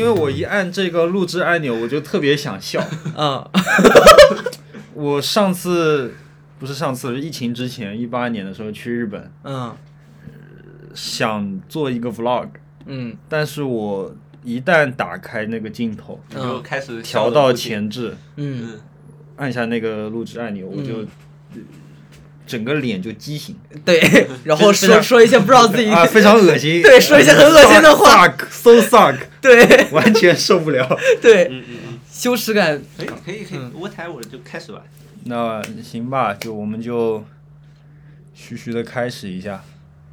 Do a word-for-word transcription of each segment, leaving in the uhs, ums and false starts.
为我一按这个录制按钮，我就特别想笑。 啊， 我上次不是上次，疫情之前一八年的时候去日本， 嗯想做一个 vlog， 嗯， 但是我一旦打开那个镜头， 你就开始调到前置， 嗯， 按下那个录制按钮，我就整个脸就畸形， 对，然后说说一些不知道自己啊非常恶心， 对，说一些很恶心的话 ，suck so suck， 对完全受不了。 对， 嗯嗯嗯， 羞耻感， 可以可以可以，我台我就开始吧。 那行吧，就我们就徐徐的开始一下。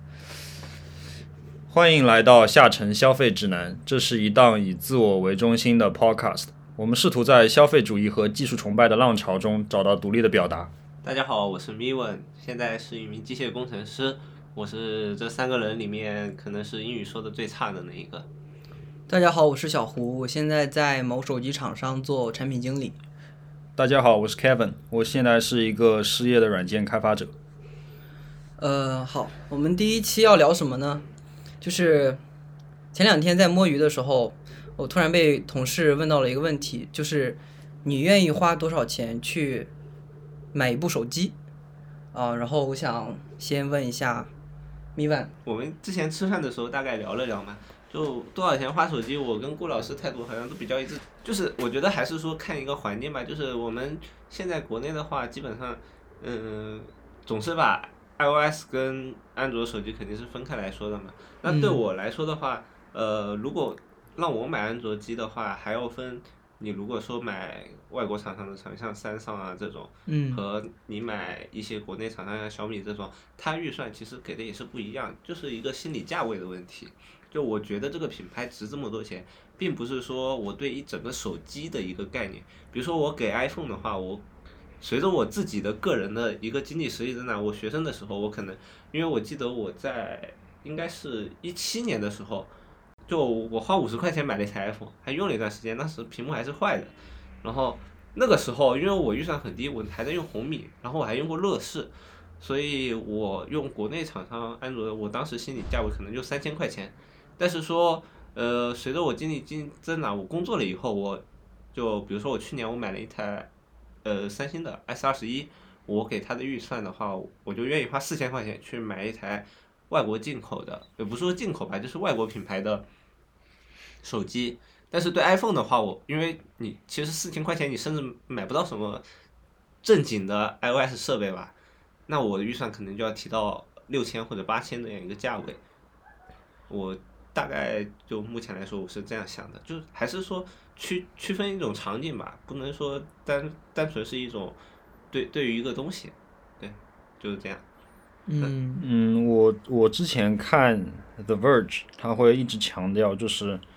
欢迎来到下沉消费指南，这是一档以自我为中心的 podcast。我们试图在消费主义和技术崇拜的浪潮中找到独立的表达。 大家好，我是 Miwen， 现在是一名机械工程师，我是这三个人里面可能是英语说的最差的那一个。 大家好，我是小胡，我现在在某手机厂商做产品经理。 大家好，我是 Kevin， 我现在是一个失业的软件开发者。 呃，好，我们第一期要聊什么呢？就是前两天在摸鱼的时候，我突然被同事问到了一个问题，就是你愿意花多少钱去买一部手机啊？然后我想先问一下米万， 我们之前吃饭的时候大概聊了聊嘛，就多少钱花手机，我跟顾老师态度好像都比较一致。就是我觉得还是说看一个环境吧，就是我们现在国内的话，基本上，嗯，总是把 iOS 跟安卓手机肯定是分开来说的嘛。那对我来说的话，呃，如果让我买安卓机的话，还要分你如果说买外国厂商的厂，像三上啊这种， 嗯， 和你买一些国内厂商像小米这种，它预算其实给的也是不一样，就是一个心理价位的问题。就我觉得这个品牌值这么多钱，并不是说我对一整个手机的一个概念。比如说我给 iPhone 的话，我随着我自己的个人的一个经济实力增长，我学生的时候，我可能因为我记得我在应该是一七年的时候，就我花五十块钱买了一台 iPhone， 还用了一段时间，当时屏幕还是坏的。然后那个时候因为我预算很低，我还在用红米，然后我还用过乐视，所以我用国内厂商安卓的，我当时心理价位可能就三千块钱。但是说，呃，随着我经济经增长，我工作了以后，我就比如说我去年我买了一台，呃，三星的 S 二十一，我给它的预算的话，我就愿意花四千块钱去买一台外国进口的，也不是说进口吧，就是外国品牌的手机。但是对 iPhone 的话，我因为你其实四千块钱你甚至买不到什么正经的 iOS 设备吧，那我的预算可能就要提到六千或者八千这样一个价位。我大概就目前来说我是这样想的，就还是说区区分一种场景吧，不能说单单纯是一种对对于一个东西，对，就是这样。 嗯嗯，我我之前看 The Verge， 他会一直强调就是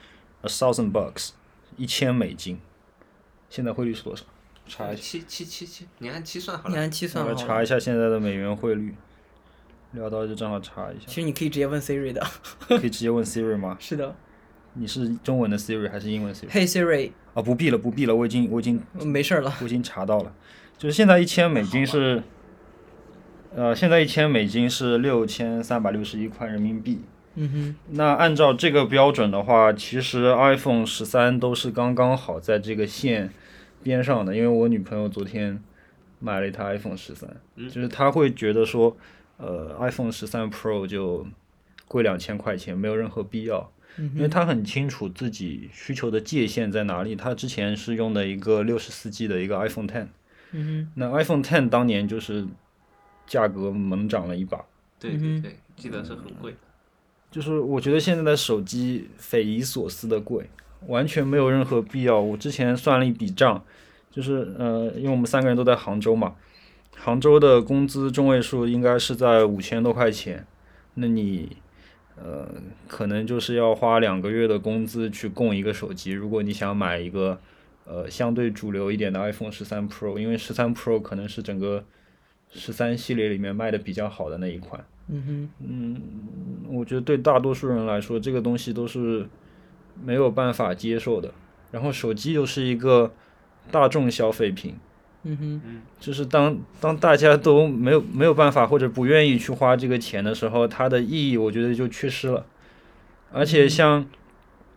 a thousand bucks， 一千美金。现在汇率是多少？查一下。 七七七七，你按七算好你了。 按七算好了。 我查一下现在的美元汇率。聊到就正好查一下。 其实你可以直接问 Siri 的。 可以直接问 Siri 吗？ 是的。 你是中文的 Siri 还是英文 Siri？ Hey Siri。 啊，不必了，不必了，我已经我已经没事了。 我已经查到了，就是现在一千美金是，呃，现在一千美金是六千三百六十一块人民币。 嗯哼。 那按照这个标准的话，其实 iPhone 十三都是刚刚好在这个线边上的，因为我女朋友昨天买了一台 iPhone 十三，就是她会觉得说，呃 ，iPhone 十三 Pro 就贵两千块钱，没有任何必要。因为他很清楚自己需求的界限在哪里。他之前是用的一个六十四 G 的一个 iPhone X， 嗯哼， 那 iPhone X 当年就是价格猛涨了一把。 对对对，记得是很贵的。 就是我觉得现在的手机匪夷所思的贵，完全没有任何必要。我之前算了一笔账，就是呃，因为我们三个人都在杭州嘛，杭州的工资中位数应该是在五千多块钱，那你。呃，可能就是要花两个月的工资去供一个手机。如果你想买一个呃相对主流一点的 iPhone 十三 Pro， 因为十三 Pro 可能是整个十三系列里面卖的比较好的那一款。 嗯哼， 嗯，我觉得对大多数人来说，这个东西都是没有办法接受的。然后手机又是一个大众消费品。 嗯哼， 就是当当大家都没有没有办法或者不愿意去花这个钱的时候，它的意义我觉得就缺失了。而且像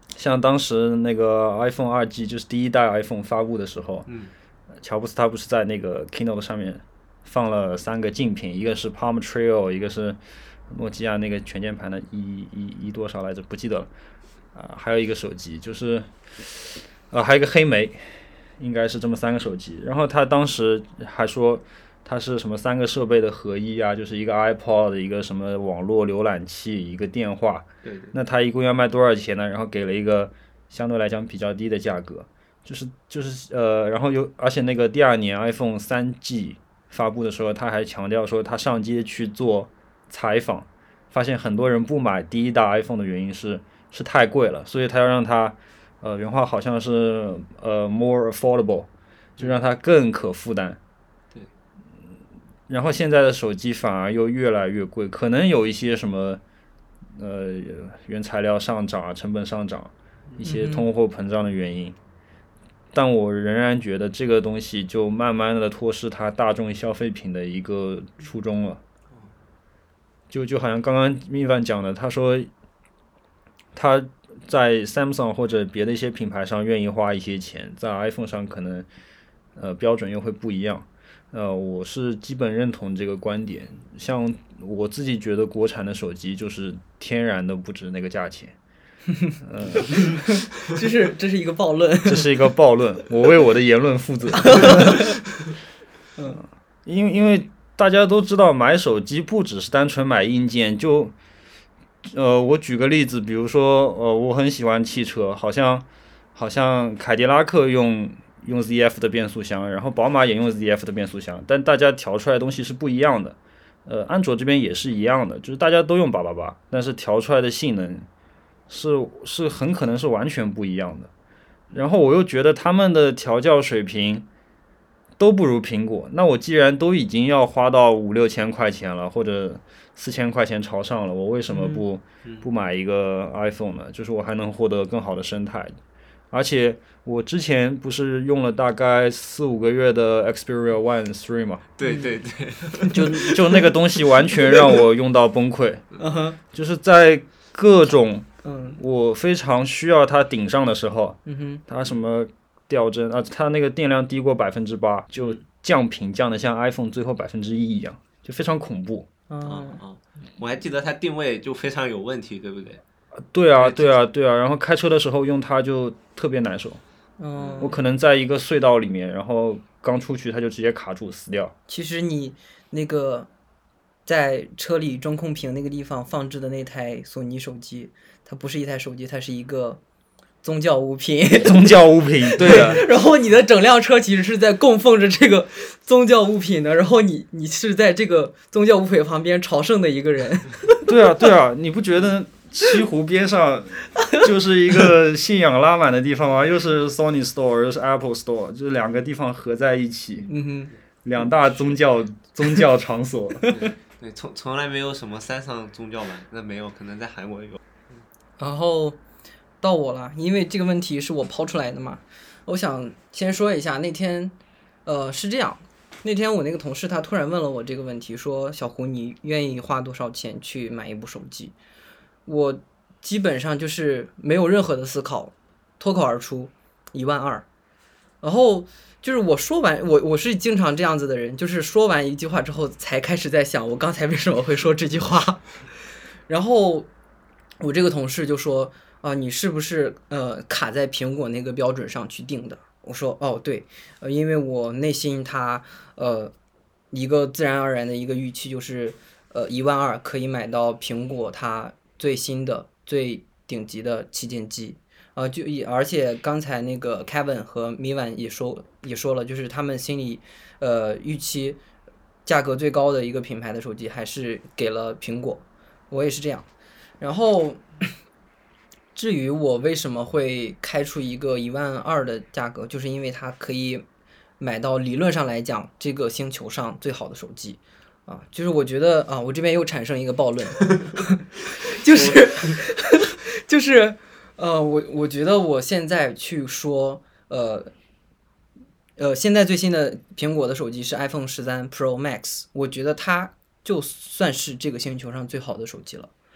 像当时那个 iPhone 二 G 就是第一代 iPhone 发布的时候， 嗯， 乔布斯他不是在那个 Keynote 上面放了三个竞品，一个是 Palm Treo， 一个是诺基亚那个全键盘的一一一多少来着不记得了，啊、呃，还有一个手机就是，呃，还有一个黑莓，应该是这么三个手机。然后他当时还说它是什么三个设备的合一啊，就是一个 iPod， 一个什么网络浏览器，一个电话。 对对。 那它一共要卖多少钱呢？然后给了一个相对来讲比较低的价格，就是就是呃，然后有而且那个第二年 iPhone 三 G 发布的时候，他还强调说他上街去做采访，发现很多人不买第一代 iPhone 的原因是是太贵了，所以他要让它呃原话好像是呃 more affordable， 就让它更可负担。 对。 然后现在的手机反而又越来越贵，可能有一些什么呃原材料上涨啊，成本上涨，一些通货膨胀的原因。但我仍然觉得这个东西就慢慢的脱失它大众消费品的一个初衷了。就就好像刚刚米饭讲的，他说他在 Samsung 或者别的一些品牌上愿意花一些钱，在 iPhone 上可能呃标准又会不一样。呃，我是基本认同这个观点。像我自己觉得国产的手机就是天然的不值那个价钱。 呃，这是这是一个暴论， 这是一个暴论，我为我的言论负责。嗯，因为因为大家都知道，买手机不只是单纯买硬件，就呃，我举个例子，比如说呃，我很喜欢汽车，好像好像凯迪拉克用用 Z F 的变速箱，然后宝马也用 Z F 的变速箱，但大家调出来的东西是不一样的。呃，安卓这边也是一样的，就是大家都用八八八，但是调出来的性能是是很可能是完全不一样的。然后我又觉得他们的调教水平都不如苹果，那我既然都已经要花到五六千块钱了，或者四千块钱朝上了，我为什么不、嗯、不买一个 iPhone 呢？就是我还能获得更好的生态。而且我之前不是用了大概四五个月的 Xperia One Three 嘛？ 对对对， 就就那个东西完全让我用到崩溃，就是在各种我非常需要它顶上的时候，它什么掉帧啊，它那个电量低过百分之八，就降频降的像 iPhone 最后百分之一一样，就非常恐怖。 啊啊！我还记得它定位就非常有问题，对不对？ 对啊，对啊，对啊，然后开车的时候用它就特别难受。 嗯， 我可能在一个隧道里面，然后刚出去它就直接卡住死掉。 其实你那个在车里中控屏那个地方放置的那台索尼手机，它不是一台手机，它是一个宗教物品。 宗教物品，对的。 然后你的整辆车其实是在供奉着这个宗教物品的，然后你你是在这个宗教物品旁边朝圣的一个人。 对啊，对啊，你不觉得西湖边上就是一个信仰拉满的地方吗？又是 Sony Store， 又是 Apple Store， 就是两个地方合在一起， 嗯哼， 两大宗教宗教场所。 对，对，从从来没有什么山上宗教版，那没有，可能在韩国有。 然后到我了，因为这个问题是我抛出来的嘛，我想先说一下那天，呃，是这样，那天我那个同事他突然问了我这个问题，说小胡你愿意花多少钱去买一部手机？我基本上就是没有任何的思考，脱口而出一万二。然后就是我说完，我我是经常这样子的人，就是说完一句话之后才开始在想我刚才为什么会说这句话。然后我这个同事就说啊、呃，你是不是呃卡在苹果那个标准上去定的？我说哦对，呃因为我内心它呃一个自然而然的一个预期就是呃一万二可以买到苹果它最新的最顶级的旗舰机，呃，就而且刚才那个 Kevin 和米晚也说也说了，就是他们心里呃预期价格最高的一个品牌的手机还是给了苹果，我也是这样。然后至于我为什么会开出一个一万二的价格，就是因为它可以买到理论上来讲这个星球上最好的手机。啊，就是我觉得啊，我这边又产生一个暴论，就是就是呃，我我觉得我现在去说呃呃，现在最新的苹果的手机是 iPhone 十三 Pro Max， 我觉得它就算是这个星球上最好的手机了。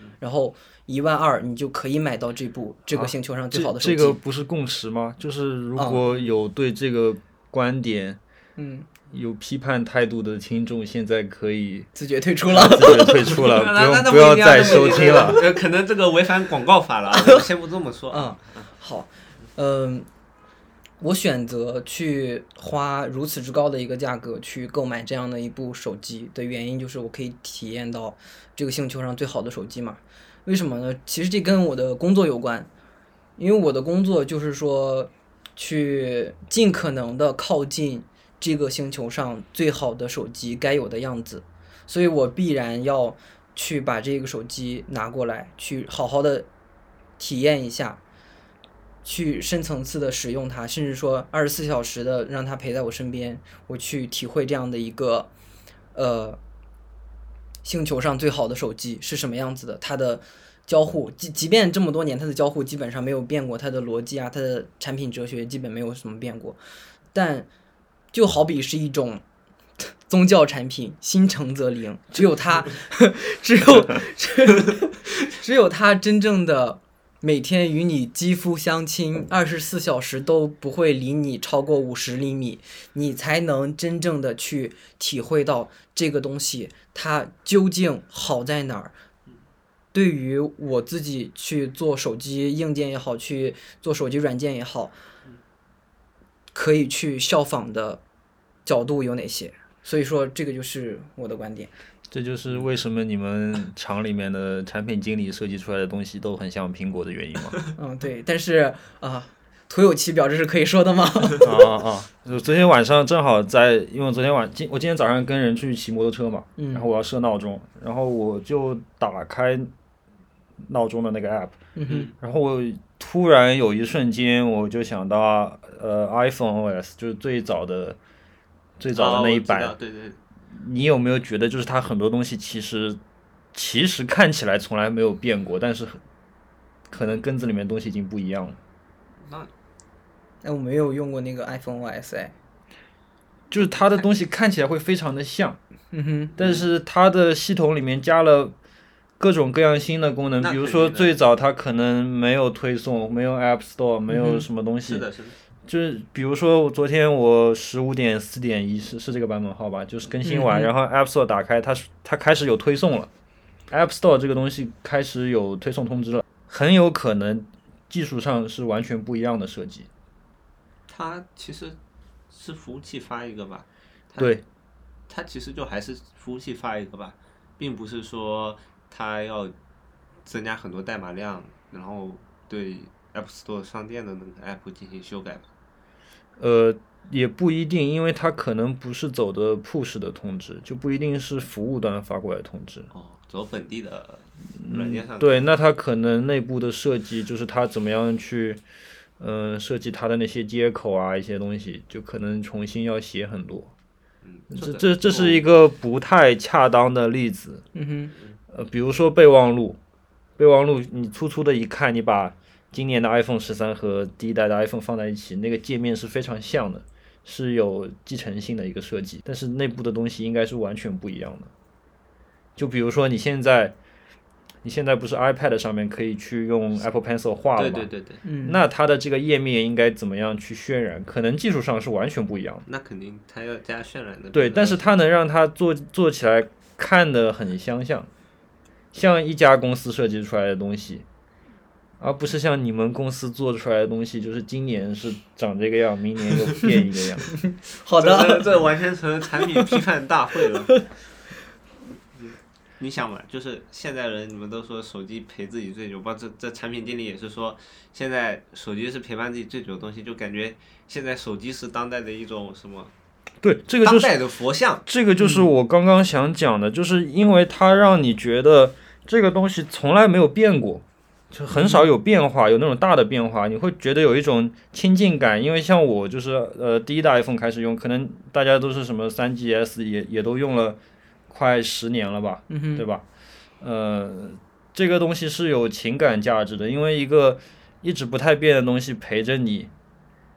然后一万二你就可以买到这部这个星球上最好的手机。 啊、这, 这个不是共识吗？就是如果有对这个观点， 嗯， 有批判态度的听众，现在可以自觉退出了， 自觉退出了，不用不要再收听了。 呃，可能这个违反广告法了，先不这么说。 嗯，好，嗯。我选择去花如此之高的一个价格去购买这样的一部手机的原因，就是我可以体验到这个星球上最好的手机嘛。为什么呢？其实这跟我的工作有关，因为我的工作就是说去尽可能的靠近这个星球上最好的手机该有的样子，所以我必然要去把这个手机拿过来，去好好的体验一下。去深层次的使用它，甚至说二十四小时的让它陪在我身边，我去体会这样的一个呃星球上最好的手机是什么样子的，它的交互即即便这么多年它的交互基本上没有变过，它的逻辑啊，它的产品哲学基本没有什么变过，但就好比是一种宗教产品，心诚则灵，只有它只有只有它真正的每天与你肌肤相亲，二十四小时都不会离你超过五十厘米，你才能真正的去体会到这个东西它究竟好在哪儿。对于我自己去做手机硬件也好，去做手机软件也好，可以去效仿的角度有哪些？所以说，这个就是我的观点。 这就是为什么你们厂里面的产品经理设计出来的东西都很像苹果的原因吗？ 嗯，对，但是啊，徒有其表，这是可以说的吗？ 啊啊！我昨天晚上正好在，因为我昨天晚今我今天早上跟人去骑摩托车嘛， 嗯、 然后我要设闹钟，然后我就打开闹钟的那个 app， 嗯哼， 然后我突然有一瞬间我就想到，呃 ，iPhone O S 就是最早的最早的那一版， 哦、对对。 你有没有觉得，就是它很多东西其实其实看起来从来没有变过，但是可能根子里面东西已经不一样了。 那， 哎，我没有用过那个 iPhone O S 哎， 就是它的东西看起来会非常的像， 嗯哼， 但是它的系统里面加了各种各样新的功能，比如说最早它可能没有推送，没有 App Store， 没有什么东西。 是的，是的。 就是比如说，昨天我十五点四点一是是这个版本号吧，就是更新完， 嗯、 然后 App Store 打开，它它开始有推送了 ，App Store 这个东西开始有推送通知了，很有可能技术上是完全不一样的设计。 它其实是服务器发一个吧？ 对。 它其实就还是服务器发一个吧，并不是说它要增加很多代码量，然后对 App Store 商店的那个 App 进行修改吧。 呃，也不一定，因为它可能不是走的 push 的通知，就不一定是服务端发过来的通知。 哦，走本地的软件上、 嗯。对，那它可能内部的设计就是它怎么样去，嗯、呃，设计它的那些接口啊，一些东西，就可能重新要写很多。 嗯， 这这这是一个不太恰当的例子。 嗯哼。 呃，比如说备忘录，备忘录你粗粗的一看，你把今年的 iPhone 十三和第一代的 iPhone 放在一起，那个界面是非常像的，是有继承性的一个设计，但是内部的东西应该是完全不一样的。就比如说你现在，你现在不是 iPad 上面可以去用 Apple Pencil 画了吗？ 对对对对。 嗯。 那它的这个页面应该怎么样去渲染？可能技术上是完全不一样的。 那肯定它要加渲染的。 对，但是它能让它做做起来看得很相像，像一家公司设计出来的东西。而不是像你们公司做出来的东西，就是今年是长这个样，明年又变一个样。 好的， 这这完全成产品批判大会了。你想嘛，就是现在人，你们都说手机陪自己最久，包括这这产品经理也是说，现在手机是陪伴自己最久的东西，就感觉现在手机是当代的一种什么？ 对，这个就是当代的佛像。 这个就是我刚刚想讲的，就是因为它让你觉得这个东西从来没有变过。就很少有变化，有那种大的变化，你会觉得有一种亲近感。因为像我就是呃第一代 iPhone 开始用，可能大家都是什么 三 G S 也也都用了快十年了吧， 嗯、 对吧？呃，这个东西是有情感价值的，因为一个一直不太变的东西陪着你，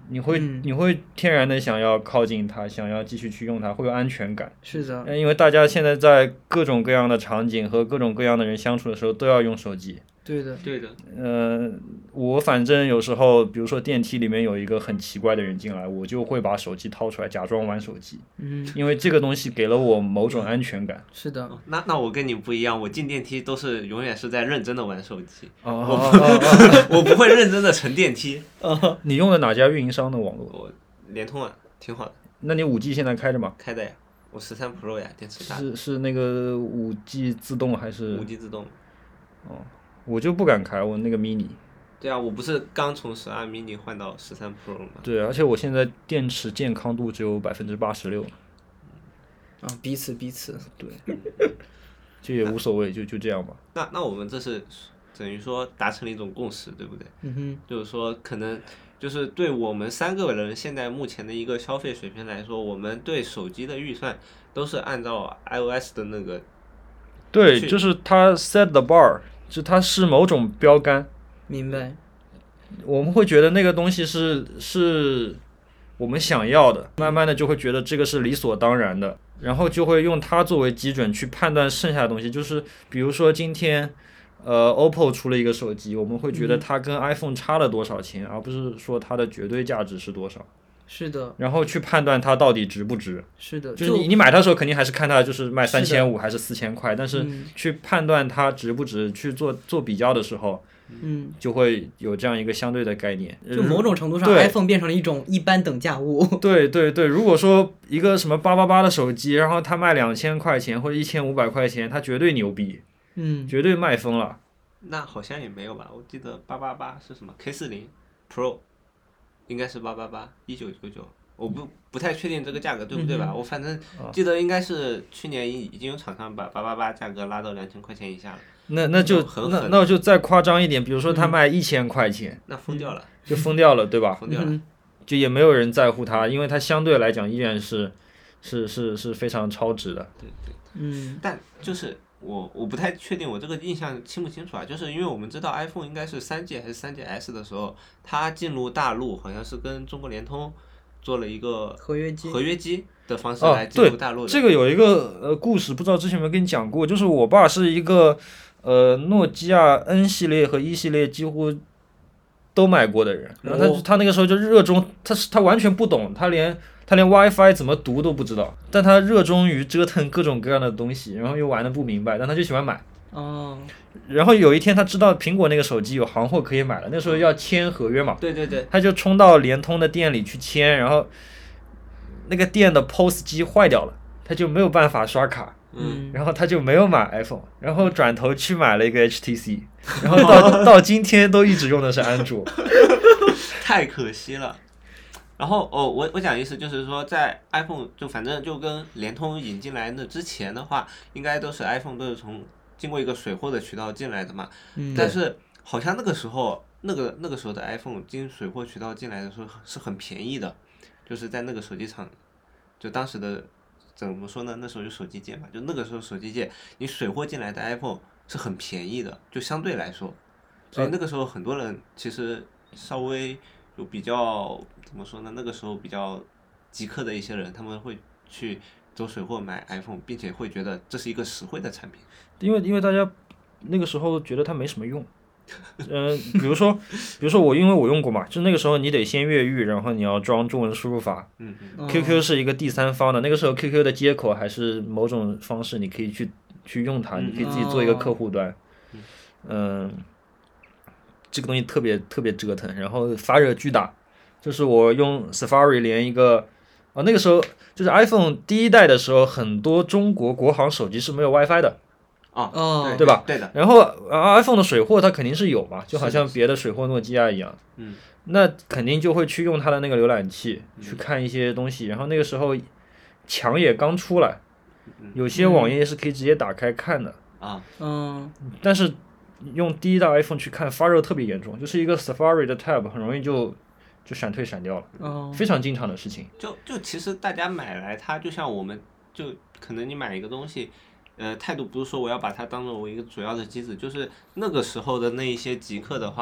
你会、 嗯你会天然的想要靠近它，想要继续去用它，会有安全感。 是的， 因为大家现在在各种各样的场景和各种各样的人相处的时候都要用手机。 对的， 对的， 呃，我反正有时候，比如说电梯里面有一个很奇怪的人进来，我就会把手机掏出来假装玩手机， 嗯， 因为这个东西给了我某种安全感。 是的， 哦那那我跟你不一样，我进电梯都是永远是在认真的玩手机， 哦我哦哦我不会认真的乘电梯。 哦，你用的哪家运营商的网络？ 我联通啊，挺好的， 那你五 G 现在开着吗？ 开的呀，我十三 Pro 呀，电池大， 是是那个五 G 自动还是五 G 自动。 我就不敢开，我那个 mini。 对啊，我不是刚从十二 mini 换到十三 Pro 吗？ 对，而且我现在电池健康度只有百分之八十六， 啊，彼此彼此， 这也无所谓，就就这样吧。 那那我们这是等于说达成了一种共识，对不对？ 嗯哼， 就是说，可能就是对我们三个人现在目前的一个消费水平来说，我们对手机的预算都是按照 iOS 的那个， 对， 去就是它 set the bar，就它是某种标杆， 明白， 我们会觉得那个东西是是我们想要的，慢慢的就会觉得这个是理所当然的，然后就会用它作为基准去判断剩下的东西。就是比如说今天，呃，O P P O 出了一个手机，我们会觉得它跟 iPhone 差了多少钱，而不是说它的绝对价值是多少， 是的， 然后去判断它到底值不值。 是的， 就是你你买它的时候肯定还是看它就是卖三是的千五还是四千块，但是嗯去判断它值不值，去做做比较的时候， 嗯， 就会有这样一个相对的概念。 就某种程度上对 ，iPhone 变成了一种一般等价物。 对对对，如果说一个什么八八八的手机，然后它卖两千块钱或者一千五百块钱，它绝对牛逼， 嗯， 绝对卖疯了。 那好像也没有吧？我记得八八八是什么 K 四零 Pro，应该是八八八一九九九，我不不太确定这个价格对不对吧？ 嗯我反正记得应该是去年已已经有厂商把八八八价格拉到两千块钱以下了， 那那就那很狠那就再夸张一点，比如说它卖一千块钱， 那疯掉了， 就疯掉了，对吧？ 疯掉了。 嗯就也没有人在乎它，因为它相对来讲依然是是是是非常超值的。 对对。 嗯但就是我我不太确定我这个印象清不清楚啊，就是因为我们知道 iPhone 应该是三 G 还是三 G S 的时候，它进入大陆好像是跟中国联通做了一个合约机合约机的方式哦来进入大陆的。 这个有一个呃故事，不知道之前有没有跟你讲过，就是我爸是一个呃诺基亚 N 系列和 E 系列几乎都买过的人，然后他、 哦他那个时候就热衷，他是他完全不懂，他连他连 WiFi 怎么读都不知道，但他热衷于折腾各种各样的东西，然后又玩的不明白，但他就喜欢买。 哦， 然后有一天他知道苹果那个手机有行货可以买了，那时候要签合约嘛， 对对对， 他就冲到联通的店里去签，然后那个店的 P O S 机坏掉了，他就没有办法刷卡， 嗯， 然后他就没有买 iPhone，然后转头去买了一个 H T C，然后到到今天都一直用的是安卓。 太可惜了。然后哦，我我讲意思就是说，在 iPhone 就反正就跟联通引进来的之前的话，应该都是 iPhone 都是从经过一个水货的渠道进来的嘛。 嗯但是好像那个时候，那个那个时候的 iPhone 经水货渠道进来的时候是很便宜的，就是在那个手机厂，就当时的怎么说呢？那时候有手机界嘛，就那个时候手机界，你水货进来的 iPhone 是很便宜的，就相对来说，所以那个时候很多人其实稍微就比较怎么说呢？那个时候比较极客的一些人，他们会去走水货买 iPhone，并且会觉得这是一个实惠的产品。 因为因为大家那个时候觉得它没什么用，嗯、比如说比如说我因为我用过嘛，就那个时候你得先越狱，然后你要装中文输入法。 嗯嗯。 哦 Q Q 是一个第三方的，那个时候 Q Q 的接口还是某种方式，你可以去去用它， 嗯你可以自己做一个客户端。嗯，这个东西特别特别折腾，然后发热巨大。就是我用 Safari 连一个，啊，那个时候就是 iPhone 第一代的时候，很多中国国行手机是没有 WiFi 的。 哦， 哦对对吧？ 对的。 然后啊 iPhone 的水货它肯定是有嘛，就好像别的水货诺基亚一样。 嗯。 那肯定就会去用它的那个浏览器、嗯、去看一些东西，然后那个时候墙也刚出来，有些网页是可以直接打开看的。 啊。 嗯。 但是用第一代 iPhone 去看发热特别严重，就是一个 Safari 的 tab 很容易就就闪退闪掉了， 哦， 非常经常的事情。 就就其实大家买来它就像我们就可能你买一个东西。呃，态度不是说我要把它当做我一个主要的机子，就是那个时候的那一些极客的话，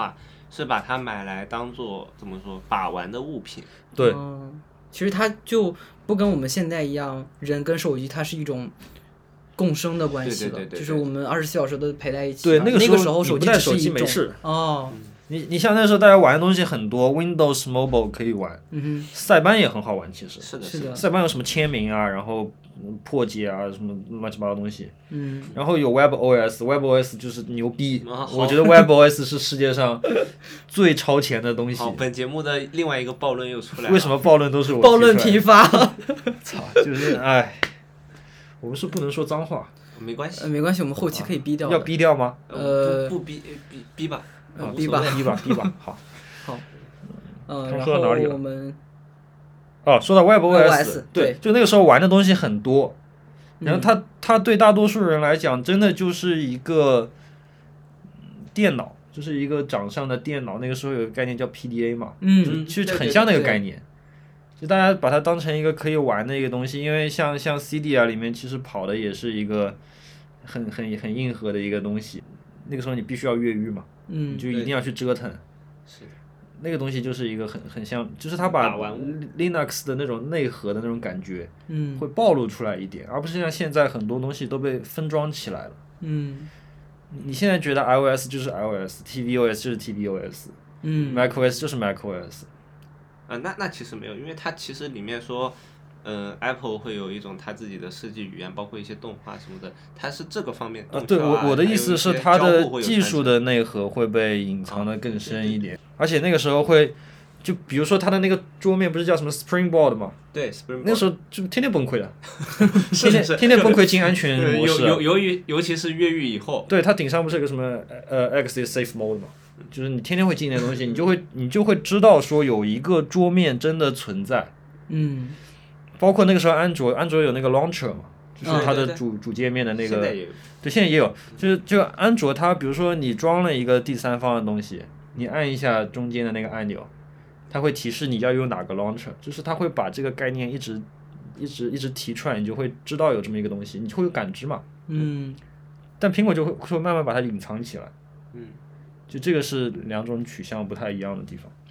是把它买来当做怎么说把玩的物品。 对， 嗯，其实它就不跟我们现在一样，人跟手机它是一种共生的关系了， 对对对对对就是我们二十四小时都陪在一起。 对， 那个时候手机只是一种没事。 哦， 你你像那时候大家玩的东西很多 ，Windows Mobile 可以玩， 嗯哼， 塞班也很好玩，其实。 是的， 是的。 塞班有什么签名啊，然后破解啊，什么乱七八糟东西。 嗯。 然后有 WebOS，WebOS 就是牛逼， 啊、 我觉得 WebOS 是世界上最超前的东西。 好，本节目的另外一个暴论又出来了。 为什么暴论都是我？ 暴论频发。 操，就是哎，我们是不能说脏话。 没关系、 呃，没关系，我们后期可以逼掉。 要逼掉吗？ 呃， 不不逼逼逼吧， 呃、逼吧， 逼吧，逼吧，好。 好。嗯、呃， 然后我们。 哦，说到 WebOS， 对， 就那个时候玩的东西很多，然后它、 嗯、 它对大多数人来讲，真的就是一个电脑，就是一个掌上的电脑。那个时候有个概念叫 P D A 嘛， 嗯， 就就很像那个概念。就大家把它当成一个可以玩的一个东西，因为像像 C D 啊里面其实跑的也是一个很很很硬核的一个东西。那个时候你必须要越狱嘛， 嗯， 你就一定要去折腾。 是。 那个东西就是一个很很像，就是它把 Linux 的那种内核的那种感觉， 嗯， 会暴露出来一点，而不是像现在很多东西都被分装起来了。 嗯， 你现在觉得 iOS 就是 iOS，tvOS 就是 tvOS， 嗯 ，macOS 就是 macOS。 呃，那那其实没有，因为它其实里面说，呃 ，Apple 会有一种它自己的设计语言，包括一些动画什么的，它是这个方面。 啊，对我我的意思是，它的技术的内核会被隐藏的更深一点，而且那个时候会，就比如说它的那个桌面不是叫什么 Springboard 吗？ 对 ，Springboard。 那时候就天天崩溃的，天天天天崩溃进安全模式。 有有由于尤其是越狱以后， 对，它顶上不是有个什么呃 Exit Safe Mode 嘛？就是你天天会进那东西，你就会你就会知道说有一个桌面真的存在。 嗯。 包括那个时候安卓，安卓有那个 launcher 嘛，就是它的主、 嗯、对对主界面的那个。 现在也有。 对，现在也有，就是就安卓它，比如说你装了一个第三方的东西，你按一下中间的那个按钮，它会提示你要用哪个 launcher， 就是它会把这个概念一直一直一直提出来，你就会知道有这么一个东西，你就会有感知嘛。 嗯。 但苹果就会会慢慢把它隐藏起来。 嗯。 就这个是两种取向不太一样的地方。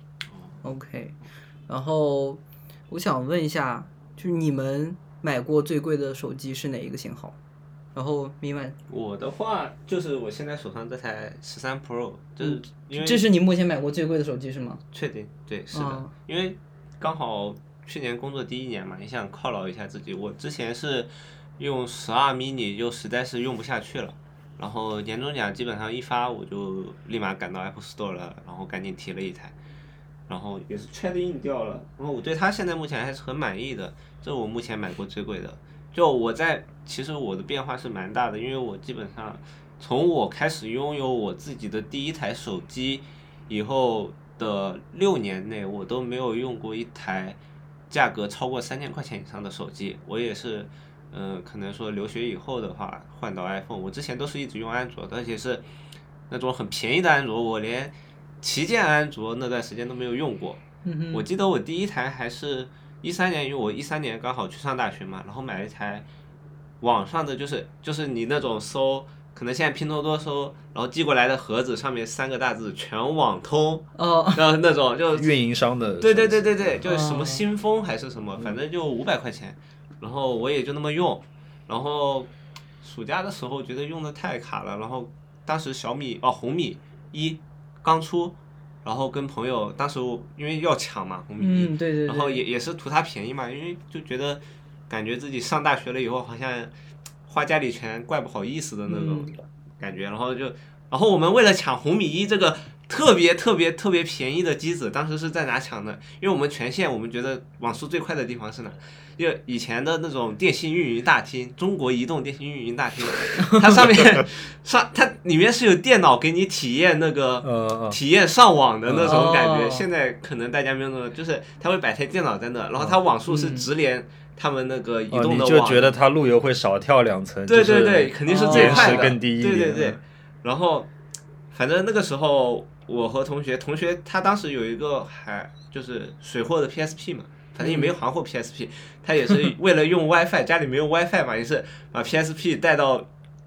OK， 然后我想问一下，就是你们买过最贵的手机是哪一个型号？然后明晚。 我的话就是我现在手上这台十三 Pro， 就是因为、 嗯、这是你目前买过最贵的手机是吗？ 确定，对，是的， 哦、 因为刚好去年工作第一年嘛，也想犒劳一下自己。我之前是用十二 mini 就实在是用不下去了。然后年终奖基本上一发，我就立马赶到 Apple Store 了，然后赶紧提了一台，然后也是 trade in 掉了。然后我对它现在目前还是很满意的，这是我目前买过最贵的。就我在其实我的变化是蛮大的，因为我基本上从我开始拥有我自己的第一台手机以后的六年内，我都没有用过一台价格超过三千块钱以上的手机。我也是。嗯、呃，可能说留学以后的话换到 iPhone， 我之前都是一直用安卓的，而且是那种很便宜的安卓，我连旗舰安卓那段时间都没有用过。 嗯、 我记得我第一台还是一三年，因为我一三年刚好去上大学嘛，然后买了一台网上的，就是就是你那种搜，可能现在拼多多搜，然后寄过来的盒子上面三个大字全网通， 哦， 然后那种就运营商的。 对对对对对，就是什么新风还是什么，反正就五百块钱。然后我也就那么用，然后暑假的时候觉得用的太卡了，然后当时小米哦红米一刚出，然后跟朋友当时因为要抢嘛红米一， 嗯对对对， 然后也也是图它便宜嘛，因为就觉得感觉自己上大学了以后好像花家里钱怪不好意思的那种感觉，然后就然后我们为了抢红米一这个特别特别特别便宜的机子，当时是在哪抢的？因为我们全县我们觉得网速最快的地方是哪？就以前的那种电信运营大厅，中国移动电信运营大厅，它上面上它里面是有电脑给你体验那个、 呃、 体验上网的那种感觉。 哦、 现在可能大家没有那种，就是它会摆台电脑在那，然后它网速是直连他们那个移动的网、 哦。你就觉得它路由会少跳两层？ 对对对，肯定是最快的。 更低一点。 对对对，然后反正那个时候我和同学，同学他当时有一个还就是水货的 P S P 嘛。反正也没有行货 P S P， 他也是为了用 WiFi， 家里没有 WiFi 嘛，也是把 P S P 带到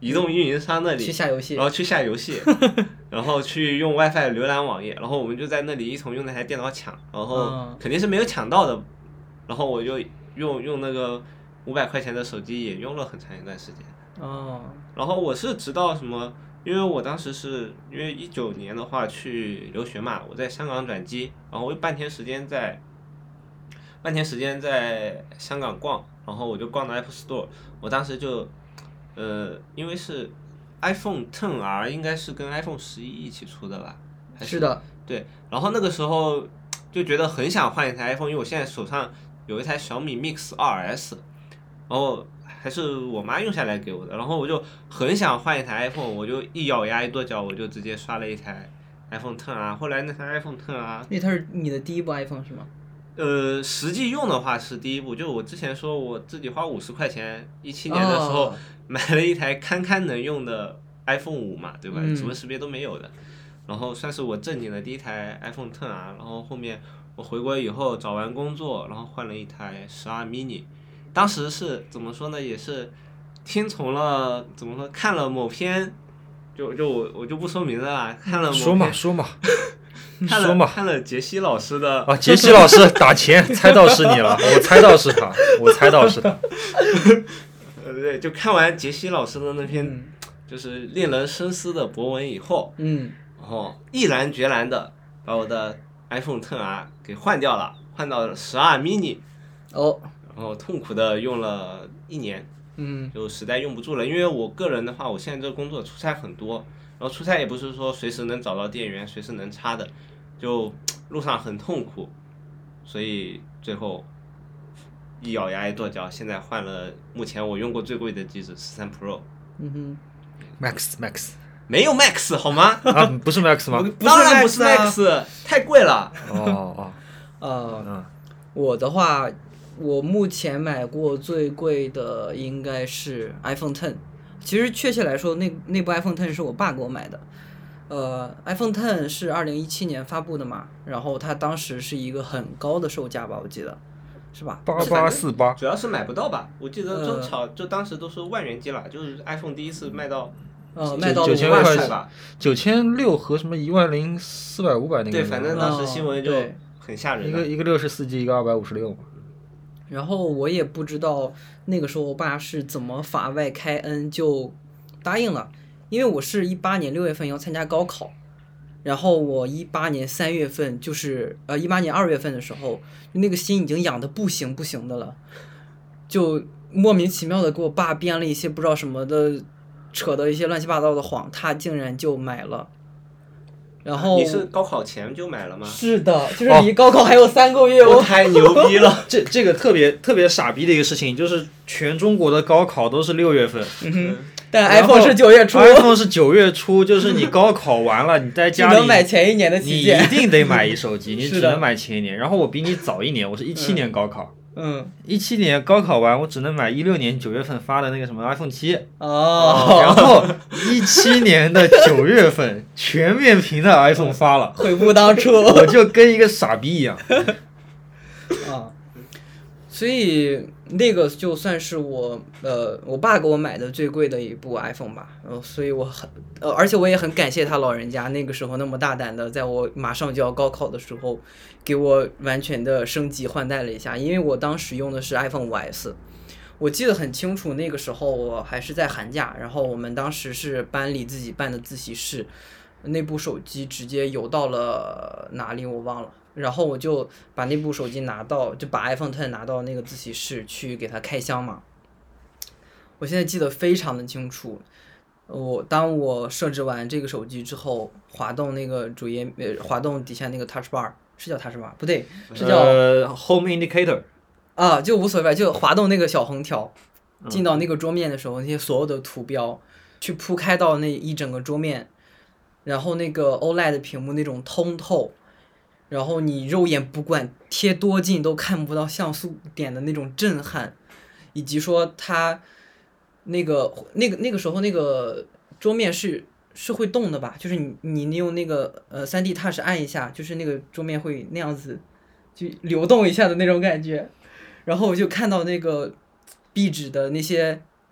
移动运营商那里去下游戏然后去下游戏，然后去用 WiFi 浏览网页，然后我们就在那里一同用那台电脑抢，然后肯定是没有抢到的，然后我就用用那个五百块钱的手机也用了很长一段时间。 哦， 然后我是直到什么？因为我当时是因为一九年的话去留学嘛，我在香港转机，然后我有半天时间在半天时间在香港逛，然后我就逛到 Apple Store， 我当时就呃，因为是 iPhone X R 应该是跟 iPhone 十一一起出的吧？还是的， 对，然后那个时候就觉得很想换一台 iPhone，因为我现在手上有一台小米 Mix 二 S， 然后还是我妈用下来给我的，然后我就很想换一台 iPhone， 我就一咬牙一跺脚，我就直接刷了一台 iPhone X R。后来那台 iPhone X R， 那它是你的第一部 iPhone 是吗？ 呃，实际用的话是第一部，就我之前说我自己花五十块钱，一七年的时候、 哦、 买了一台堪堪能用的 iPhone 五嘛，对吧？ 嗯、 指纹识别都没有的，然后算是我正经的第一台 iPhone X R。然后后面我回国以后找完工作，然后换了一台十二 mini。当时是怎么说呢？也是听从了怎么说？看了某篇，就就我我就不说名字了，看了某篇说嘛说嘛。 看说嘛了看了杰西老师的啊，杰西老师打钱，猜到是你了，我猜到是他，我猜到是他。 呃，对，就看完杰西老师的那篇，嗯、就是令人深思的博文以后， 嗯， 然后毅然决然的把我的 iPhone X R 给换掉了，换到了十二 mini， 哦， 然后痛苦的用了一年， 嗯， 就实在用不住了，因为我个人的话，我现在这个工作出差很多。然后出差也不是说随时能找到电源，随时能插的，就路上很痛苦，所以最后一咬牙一跺脚，现在换了目前我用过最贵的机子十三 Pro。 嗯哼 ，Max Max 没有 Max 好吗？ 啊，不是 Max 吗？ 当然不是 Max， 太贵了。 哦哦， 呃，嗯、我的话，我目前买过最贵的应该是 iPhone X。其实确切来说，那那部 iPhone X 是我爸给我买的，呃 ，iPhone X 是二零一七年发布的嘛，然后它当时是一个很高的售价吧，我记得，是吧？ 八八四八， 主要是买不到吧？我记得中炒就当时都是万元机了，就是 iPhone 第一次卖到， 呃，卖到九千块块吧，九千六和什么一万零四百五百那个。 对，反正当时新闻就很吓人、 哦。一个一个六十四 G， 一个二百五十六嘛。 然后我也不知道那个时候我爸是怎么法外开恩就答应了，因为我是一八年六月份要参加高考，然后我一八年三月份就是呃一八年二月份的时候，那个心已经痒得不行不行的了，就莫名其妙的给我爸编了一些不知道什么的，扯的一些乱七八糟的谎，他竟然就买了。然后、 啊、你是高考前就买了吗？ 是的，就是离高考还有三个月， 我、哦、太牛逼了！ 这这个特别特别傻逼的一个事情，就是全中国的高考都是六月份， 嗯、但 iPhone 是九月初 ，iPhone 是九月初，就是你高考完了，你在家里只能买前一年的旗舰， 你一定得买一手机，你只能买前一年。然后我比你早一年，我是一七年高考。 嗯， 一七年高考完，我只能买一六年九月份发的那个什么 iPhone 七。 哦。 然后一七年的九月份，全面屏的 iPhone 发了， 悔不当初。 我就跟一个傻逼一样。 啊，所以那个就算是我呃我爸给我买的最贵的一部 iPhone 吧，呃，所以我很呃，而且我也很感谢他老人家那个时候那么大胆的，在我马上就要高考的时候，给我完全的升级换代了一下，因为我当时用的是 iPhone 五 S， 我记得很清楚，那个时候我还是在寒假，然后我们当时是班里自己办的自习室，那部手机直接邮到了哪里我忘了。然后我就把那部手机拿到，就把 iPhone X 拿到那个自习室去给它开箱嘛。我现在记得非常的清楚，我当我设置完这个手机之后，滑动那个主页，呃，滑动底下那个 Touch Bar， 是叫 Touch Bar 不对，是叫呃 Home Indicator 啊，就无所谓，就滑动那个小横条，进到那个桌面的时候，那些所有的图标去铺开到那一整个桌面，然后那个 O L E D 屏幕那种通透。然后你肉眼不管贴多近都看不到像素点的那种震撼，以及说它那个那个那个时候那个桌面是是会动的吧？就是你你用那个呃 三 D Touch 按一下，就是那个桌面会那样子就流动一下的那种感觉。然后我就看到那个壁纸的那些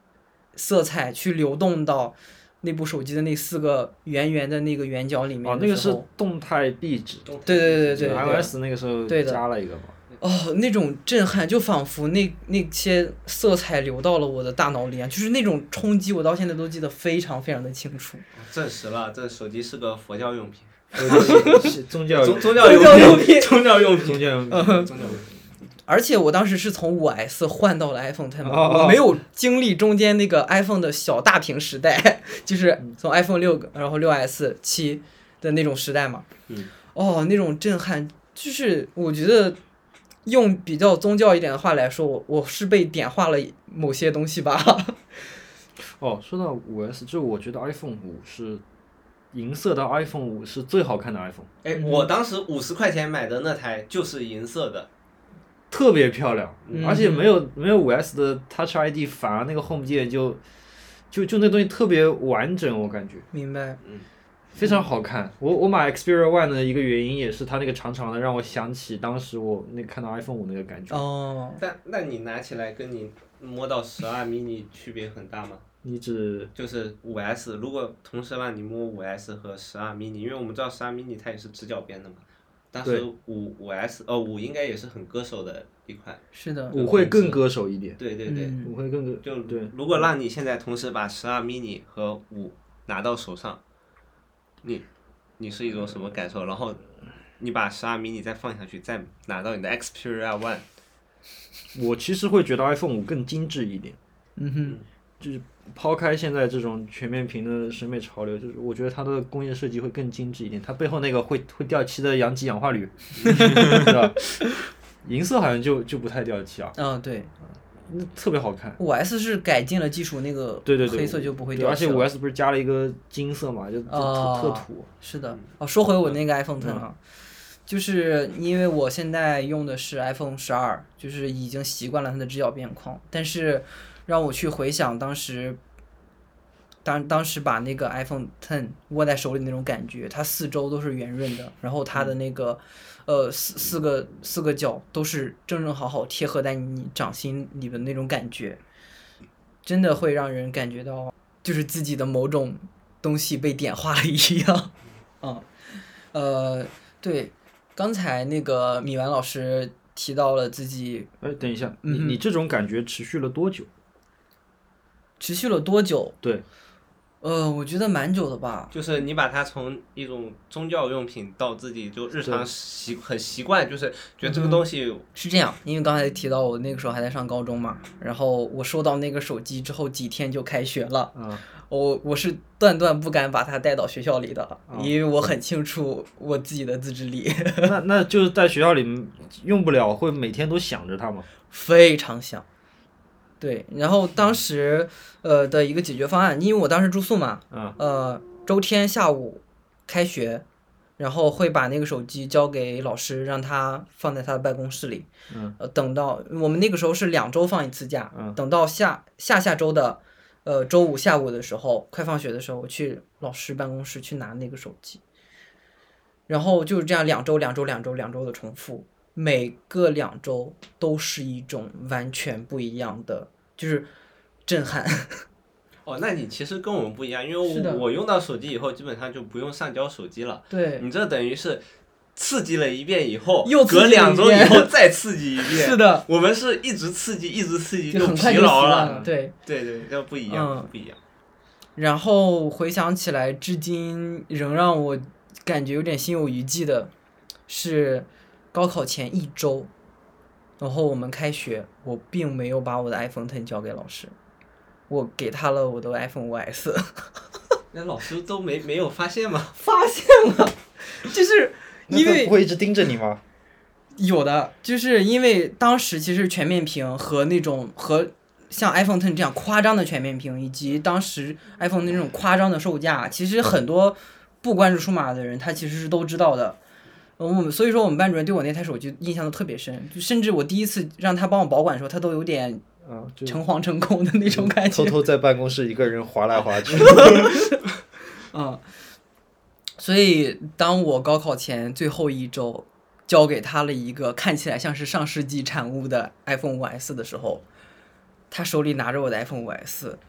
色彩去流动到那部手机的那四个圆圆的那个圆角里面哦，那个是的时候， 动态壁纸， 对对对对对 ，iOS 那个时候对的加了一个嘛。 哦，那种震撼，就仿佛那那些色彩流到了我的大脑里啊，就是那种冲击，我到现在都记得非常非常的清楚。 证实了，这手机是个佛教用品， 是宗教宗宗教宗教用品，宗教用品， 宗教用品， 宗教用品。 而且我当时是从五 S 换到了 iPhone Ten，、 哦、 我没有经历中间那个 iPhone 的小大屏时代，就是从 iPhone 六，然后六 S 七的那种时代嘛。 嗯。 哦，那种震撼，就是我觉得用比较宗教一点的话来说，我我是被点化了某些东西吧。 哦，说到五 S， 就我觉得 iPhone 五是银色的 iPhone 五是最好看的 iPhone。 哎，我当时五十块钱买的那台就是银色的。 特别漂亮， 嗯、 而且没有没有五 S 的 Touch I D， 反而那个 Home 键就就就那东西特别完整，我感觉。 明白。 嗯。 非常好看。我我买 Xperia One 的一个原因也是它那个长长的，让我想起当时我那看到 iPhone 五那个感觉。 哦。 但那你拿起来跟你摸到十二 mini 区别很大吗？ 你指就是五 S， 如果同时让你摸五 S 和十二 mini， 因为我们知道十二 mini 它也是直角边的嘛。当时五五 S 哦五应该也是很割手的一款， 是的， 五会更割手一点。 对对对， 嗯、 五会更割。 就对， 如果让你现在同时把十二 mini 和五拿到手上，你你是一种什么感受？然后你把十二 mini 再放下去，再拿到你的 Xperia One， 我其实会觉得 iPhone 五更精致一点。 嗯哼， 就是抛开现在这种全面屏的审美潮流，就是我觉得它的工业设计会更精致一点。它背后那个会会掉漆的阳极氧化铝，是吧？银色好像就就不太掉漆啊。 嗯，对。 那特别好看。 五 S 是改进了技术，那个对对对， 黑色就不会掉漆。 而且五 S 不是加了一个金色嘛，就特、 哦、 特土。 是的。哦，说回我那个 iPhone Ten 啊。 嗯， 就是因为我现在用的是 iPhone 十二，就是已经习惯了它的直角边框，但是让我去回想当时，当当时把那个 iPhone Ten 握在手里那种感觉，它四周都是圆润的，然后它的那个、嗯、呃四四个四个角都是正正好好贴合在你掌心里的那种感觉，真的会让人感觉到就是自己的某种东西被点化了一样。嗯，呃，对。刚才那个米丸老师提到了自己， 哎，等一下， 嗯、 你你这种感觉持续了多久？ 持续了多久？ 对， 呃，我觉得蛮久的吧。 就是你把它从一种宗教用品到自己就日常习很习惯，就是觉得这个东西、 嗯、是这样。因为刚才提到我那个时候还在上高中嘛，然后我收到那个手机之后几天就开学了。 嗯。 我我是断断不敢把它带到学校里的，哦、因为我很清楚我自己的自制力。 那那就是在学校里用不了，会每天都想着它吗？ 非常想。对，然后当时呃的一个解决方案，因为我当时住宿嘛， 嗯、 呃周天下午开学，然后会把那个手机交给老师，让他放在他的办公室里。 嗯。 呃，等到我们那个时候是两周放一次假， 嗯、 等到下下下周的。呃，周五下午的时候，快放学的时候，我去老师办公室去拿那个手机，然后就是这样两周、两周、两周、两周的重复，每个两周都是一种完全不一样的，就是震撼。 哦，那你其实跟我们不一样，因为我我用到手机以后，基本上就不用上交手机了。 对， 你这等于是。刺激了一遍以后， 又隔两周以后再刺激一遍。 是的， 我们是一直刺激，一直刺激， 就疲劳了。 对对对，这不一样， 嗯、 不一样。 然后回想起来，至今仍让我感觉有点心有余悸的，是高考前一周，然后我们开学，我并没有把我的 iPhone Ten 交给老师，我给他了我的 iPhone 五 S。 那老师都没没有发现吗？ 发现了，就是。因为不会一直盯着你吗？ 有的，就是因为当时其实全面屏和那种和像 iPhone Ten 这样夸张的全面屏，以及当时 iPhone 那种夸张的售价，其实很多不关注数码的人他其实是都知道的。我们所以说我们班主任对我那台手机印象都特别深，就甚至我第一次让他帮我保管的时候，他都有点诚惶诚恐的那种感觉， 偷偷在办公室一个人划来划去。 嗯。所以当我高考前最后一周交给他了一个看起来像是上世纪产物的 iPhone 五 S 的时候，他手里拿着我的 iPhone 五 S，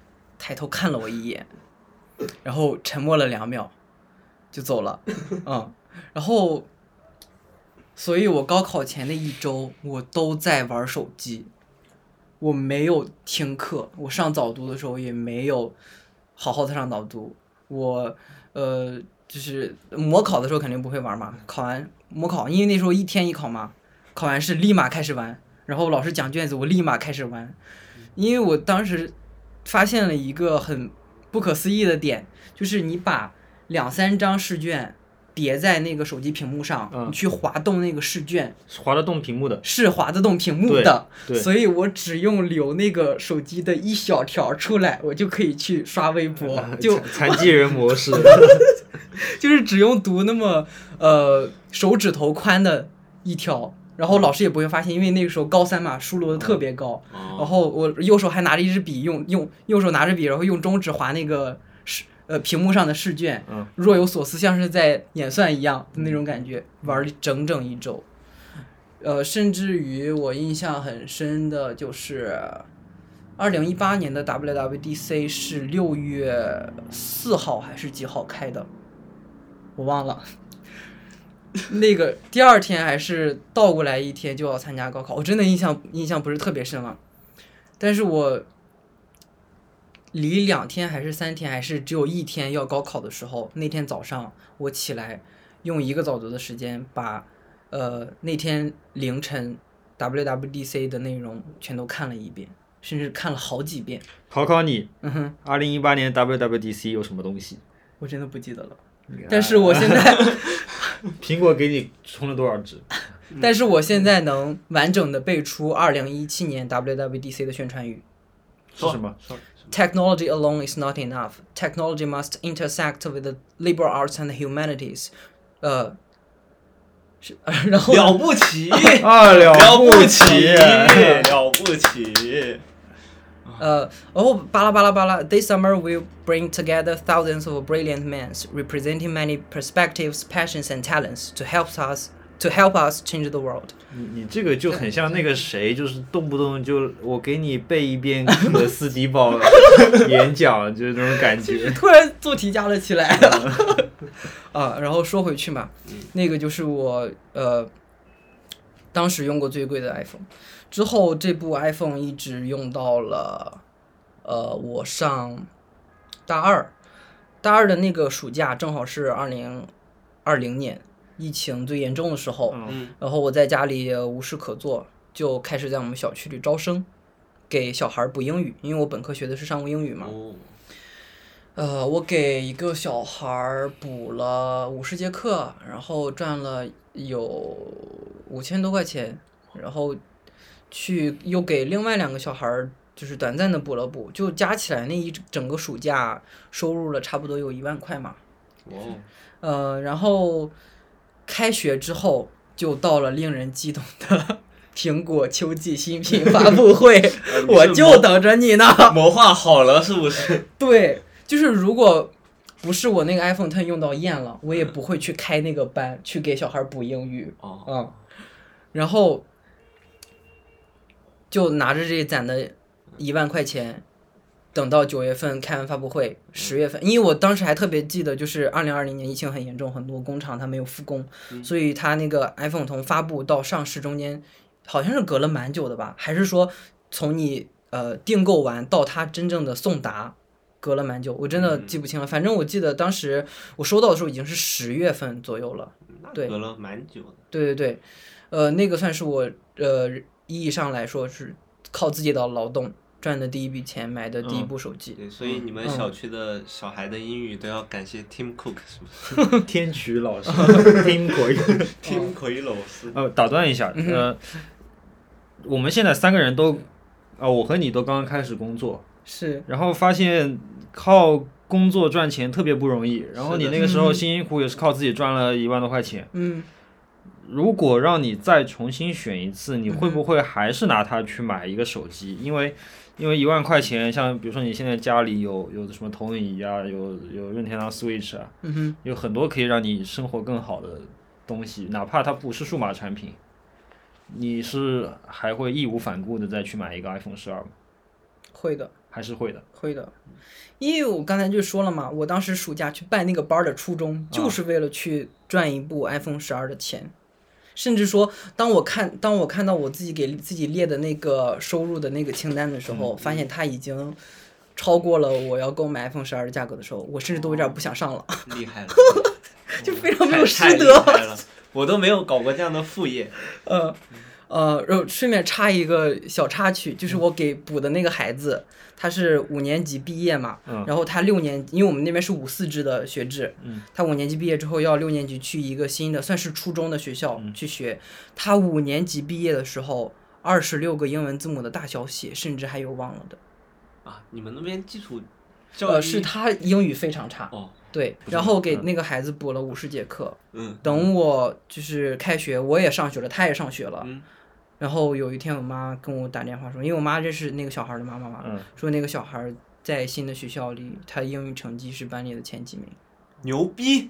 抬头看了我一眼，然后沉默了两秒，就走了。嗯，然后，所以我高考前的一周我都在玩手机，我没有听课，我上早读的时候也没有好好的上早读，我呃就是模考的时候肯定不会玩嘛，考完模考，因为那时候一天一考嘛，考完试立马开始玩，然后老师讲卷子我立马开始玩，因为我当时发现了一个很不可思议的点，就是你把两三张试卷叠在那个手机屏幕上， 嗯你去滑动那个试卷， 划得动屏幕的， 是滑得动屏幕的， 对对所以我只用留那个手机的一小条出来，我就可以去刷微博，就残残疾人模式， 就是只用读那么呃手指头宽的一条，然后老师也不会发现，因为那个时候高三嘛，书摞的特别高， 哦然后我右手还拿着一支笔，用用右手拿着笔，然后用中指划那个试呃屏幕上的试卷， 嗯若有所思，像是在演算一样的那种感觉，玩了整整一周。呃，甚至于我印象很深的就是二零一八年的 W W D C 是六月四号还是几号开的，我忘了。那个第二天还是倒过来一天就要参加高考，我真的印象印象不是特别深了，但是我离两天还是三天还是只有一天要高考的时候，那天早上我起来用一个早读的时间把呃那天凌晨 W W D C 的内容全都看了一遍，甚至看了好几遍。 考考你， 嗯哼， 二零一八年 W W D C 有什么东西？ 我真的不记得了。但是我现在， 苹果给你充了多少值？ 但是我现在能完整的背出二零一七年 W W D C 的宣传语。 是什么？ Technology alone is not enough. Technology must intersect with the liberal arts and humanities. 呃，是，然后了不起啊，了了不不起起，了不起。 呃，然后巴拉巴拉巴拉 This summer will bring together thousands of brilliant men representing many perspectives, passions, and talents to help us to help us change the world. 你你这个就很像那个谁，就是动不动就我给你背一遍葛斯迪堡演讲，就是那种感觉。 突然做题家了起来。啊，然后说回去嘛，那个就是我呃当时用过最贵的 iPhone， 之后这部 iPhone 一直用到了呃我上大二，大二的那个暑假正好是二零二零年疫情最严重的时候， 嗯然后我在家里无事可做，就开始在我们小区里招生，给小孩补英语，因为我本科学的是商务英语嘛。 哦， 呃，我给一个小孩儿补了五十节课，然后赚了有五千多块钱，然后去又给另外两个小孩儿就是短暂的补了补，就加起来那一整个暑假收入了差不多有一万块嘛。 哦， 呃，然后开学之后就到了令人激动的苹果秋季新品发布会，我就等着你呢。 谋划好了是不是？ 对，就是如果不是我那个 iPhone ten 用到厌了，我也不会去开那个班去给小孩补英语。 哦， 嗯，然后就拿着这攒的一万块钱，等到九月份开完发布会，十月份，因为我当时还特别记得，就是二零二零年疫情很严重，很多工厂它没有复工， 嗯所以它那个 iPhone 从发布到上市中间好像是隔了蛮久的吧，还是说从你呃订购完到它真正的送达隔了蛮久，我真的记不清了。反正我记得当时我收到的时候已经是十月份左右了。对那隔了蛮久的。 对对对，呃，那个算是我呃意义上来说是靠自己的劳动赚的第一笔钱买的第一部手机。 对，所以你们嗯小区的小孩的英语都要感谢 Tim Cook 是不是天曲老师，Tim Cook。 ？Tim 奎老师。 呃，打断一下，呃，我们现在三个人都，啊、我和你都刚刚开始工作， 是， 然后发现靠工作赚钱特别不容易，然后你那个时候辛辛苦苦也是靠自己赚了一万多块钱。 嗯， 如果让你再重新选一次，你会不会还是拿它去买一个手机？因为因为一万块钱，像比如说你现在家里有有什么投影仪啊，有有任天堂 Switch 啊， 嗯哼， 有很多可以让你生活更好的东西，哪怕它不是数码产品，你是还会义无反顾的再去买一个 iPhone 十二吗？ 会的。 还是会的。 会的，因为我刚才就说了嘛，我当时暑假去办那个班的初衷，就是为了去赚一部 iPhone 十二的钱。甚至说，当我看当我看到我自己给自己列的那个收入的那个清单的时候，嗯、发现它已经超过了我要购买 iPhone 十二的价格的时候，我甚至都有点不想上了。 厉害了， 就非常没有师德。了，我都没有搞过这样的副业。 呃呃，然后顺便插一个小插曲，就是我给补的那个孩子，他是五年级毕业嘛， 嗯、 然后他六年，因为我们那边是五四制的学制， 嗯、 他五年级毕业之后要六年级去一个新的算是初中的学校去学，嗯、他五年级毕业的时候，二十六个英文字母的大小写，甚至还有忘了的。 啊，你们那边基础教育？ 呃，是他英语非常差。 哦。 对，然后给那个孩子补了五十节课。 嗯。 等我就是开学，我也上学了，他也上学了。 嗯。 然后有一天，我妈跟我打电话说，因为我妈认识那个小孩的妈妈嘛， 嗯、 说那个小孩在新的学校里，他英语成绩是班里的前几名。 牛逼！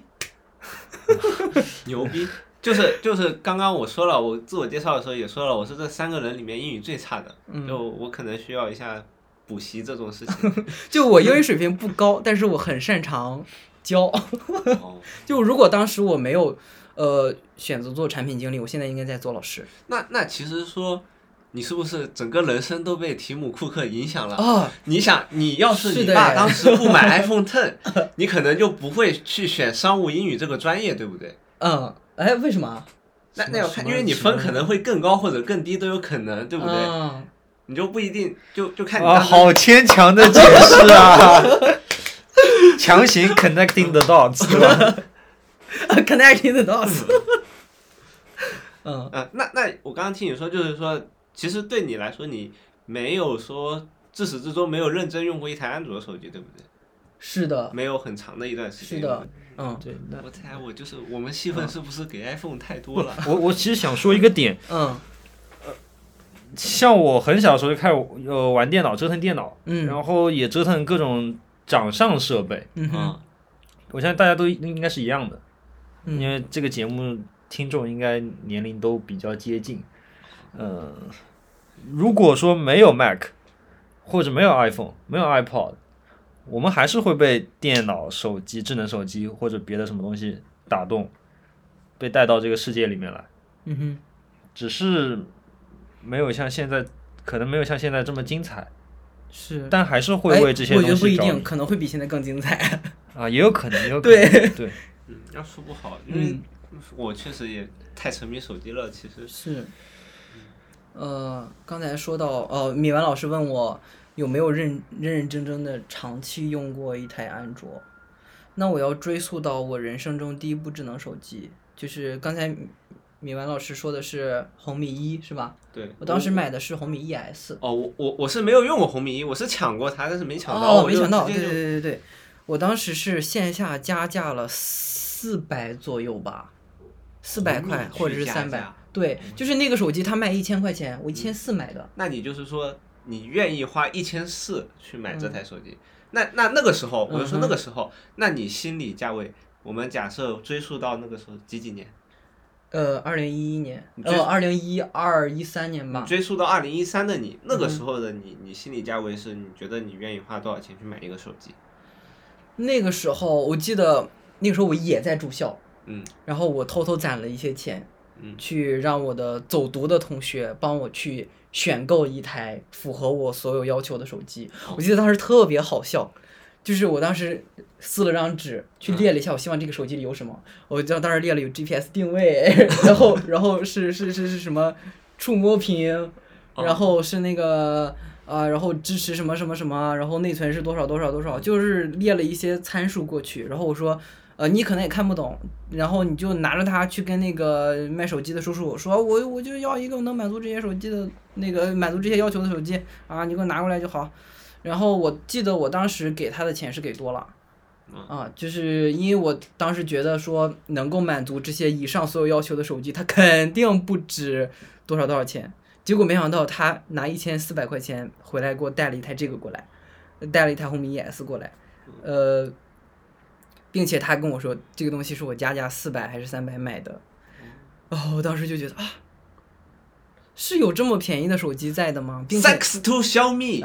牛逼！就是就是刚刚我说了，我自我介绍的时候也说了，我是这三个人里面英语最差的， 嗯、 就我可能需要一下补习这种事情。 就我英语水平不高，但是我很擅长教。 哦、 就如果当时我没有呃选择做产品经理，我现在应该在做老师。 那那其实说，你是不是整个人生都被提姆库克影响了？ 哦、 你想，你要是你爸当时不买 iPhone Ten， 你可能就不会去选商务英语这个专业，对不对？ 嗯，哎，为什么？ 那那要看，因为你分可能会更高或者更低都有可能，对不对？ 嗯、 你就不一定，就就看你啊，好牵强的解释啊！强行 connecting the dots， 对吧 ？connecting the dots。 嗯呃，那那我刚刚听你说，就是说，其实对你来说，你没有说自始至终没有认真用过一台安卓手机，对不对？ 是的。 没有很长的一段时间。 是的。嗯， 对。 我猜我就是我们戏份是不是给 iPhone 太多了？ 我我其实想说一个点。 嗯。 像我很小的时候就开始呃玩电脑，折腾电脑， 嗯， 然后也折腾各种掌上设备， 嗯哼， 我相信大家都应该是一样的， 嗯、 因为这个节目听众应该年龄都比较接近，呃，如果说没有 Mac 或者没有 iPhone 没有 iPod， 我们还是会被电脑、手机、智能手机或者别的什么东西打动，被带到这个世界里面来， 嗯哼， 只是。没有像现在，可能没有像现在这么精彩， 是， 但还是会为这些东西我觉得不一定，可能会比现在更精彩。 啊，也有可能，也有可能。 对对， 嗯，要说不好，因为我确实也太沉迷手机了，其实是。呃，刚才说到，呃，米完老师问我有没有认认认真真的长期用过一台安卓，那我要追溯到我人生中第一部智能手机，就是刚才。米完老师说的是红米一是吧？ 对， 我当时买的是红米 E S。 哦，我我我是没有用过红米一，我是抢过它，但是没抢到。 哦，没抢到，对对对对对，我当时是线下加价了四百左右吧，四百块或者是三百。对，就是那个手机它卖一千块钱，我一千四买的、嗯。 那你就是说你愿意花一千四去买这台手机？嗯、那那那个时候，我就说那个时候，嗯、那你心理价位，我们假设追溯到那个时候几几年？ 呃，二零一一年，呃，二零一二一三年吧。 追溯到二零一三的你，那个时候的你，嗯、你心理价位是你觉得你愿意花多少钱去买一个手机？ 那个时候我记得，那个时候我也在住校， 嗯， 然后我偷偷攒了一些钱， 嗯， 去让我的走读的同学帮我去选购一台符合我所有要求的手机。 哦、 我记得当时特别好笑。就是我当时撕了张纸去列了一下，我希望这个手机里有什么。我就当时列了有 G P S 定位，然后然后是是是是什么触摸屏，然后是那个啊、呃，然后支持什么什么什么，然后内存是多少多少多少，就是列了一些参数过去。然后我说，呃，你可能也看不懂，然后你就拿着它去跟那个卖手机的叔叔说，我我就要一个能满足这些手机的那个满足这些要求的手机啊，你给我拿过来就好。然后我记得我当时给他的钱是给多了，啊，就是因为我当时觉得说能够满足这些以上所有要求的手机，它肯定不止多少多少钱。结果没想到他拿一千四百块钱回来给我带了一台这个过来，带了一台红米 E S 过来，呃，并且他跟我说这个东西是我加价四百还是三百买的，哦，我当时就觉得啊， 是有这么便宜的手机在的吗？并且 Thanks to 小米。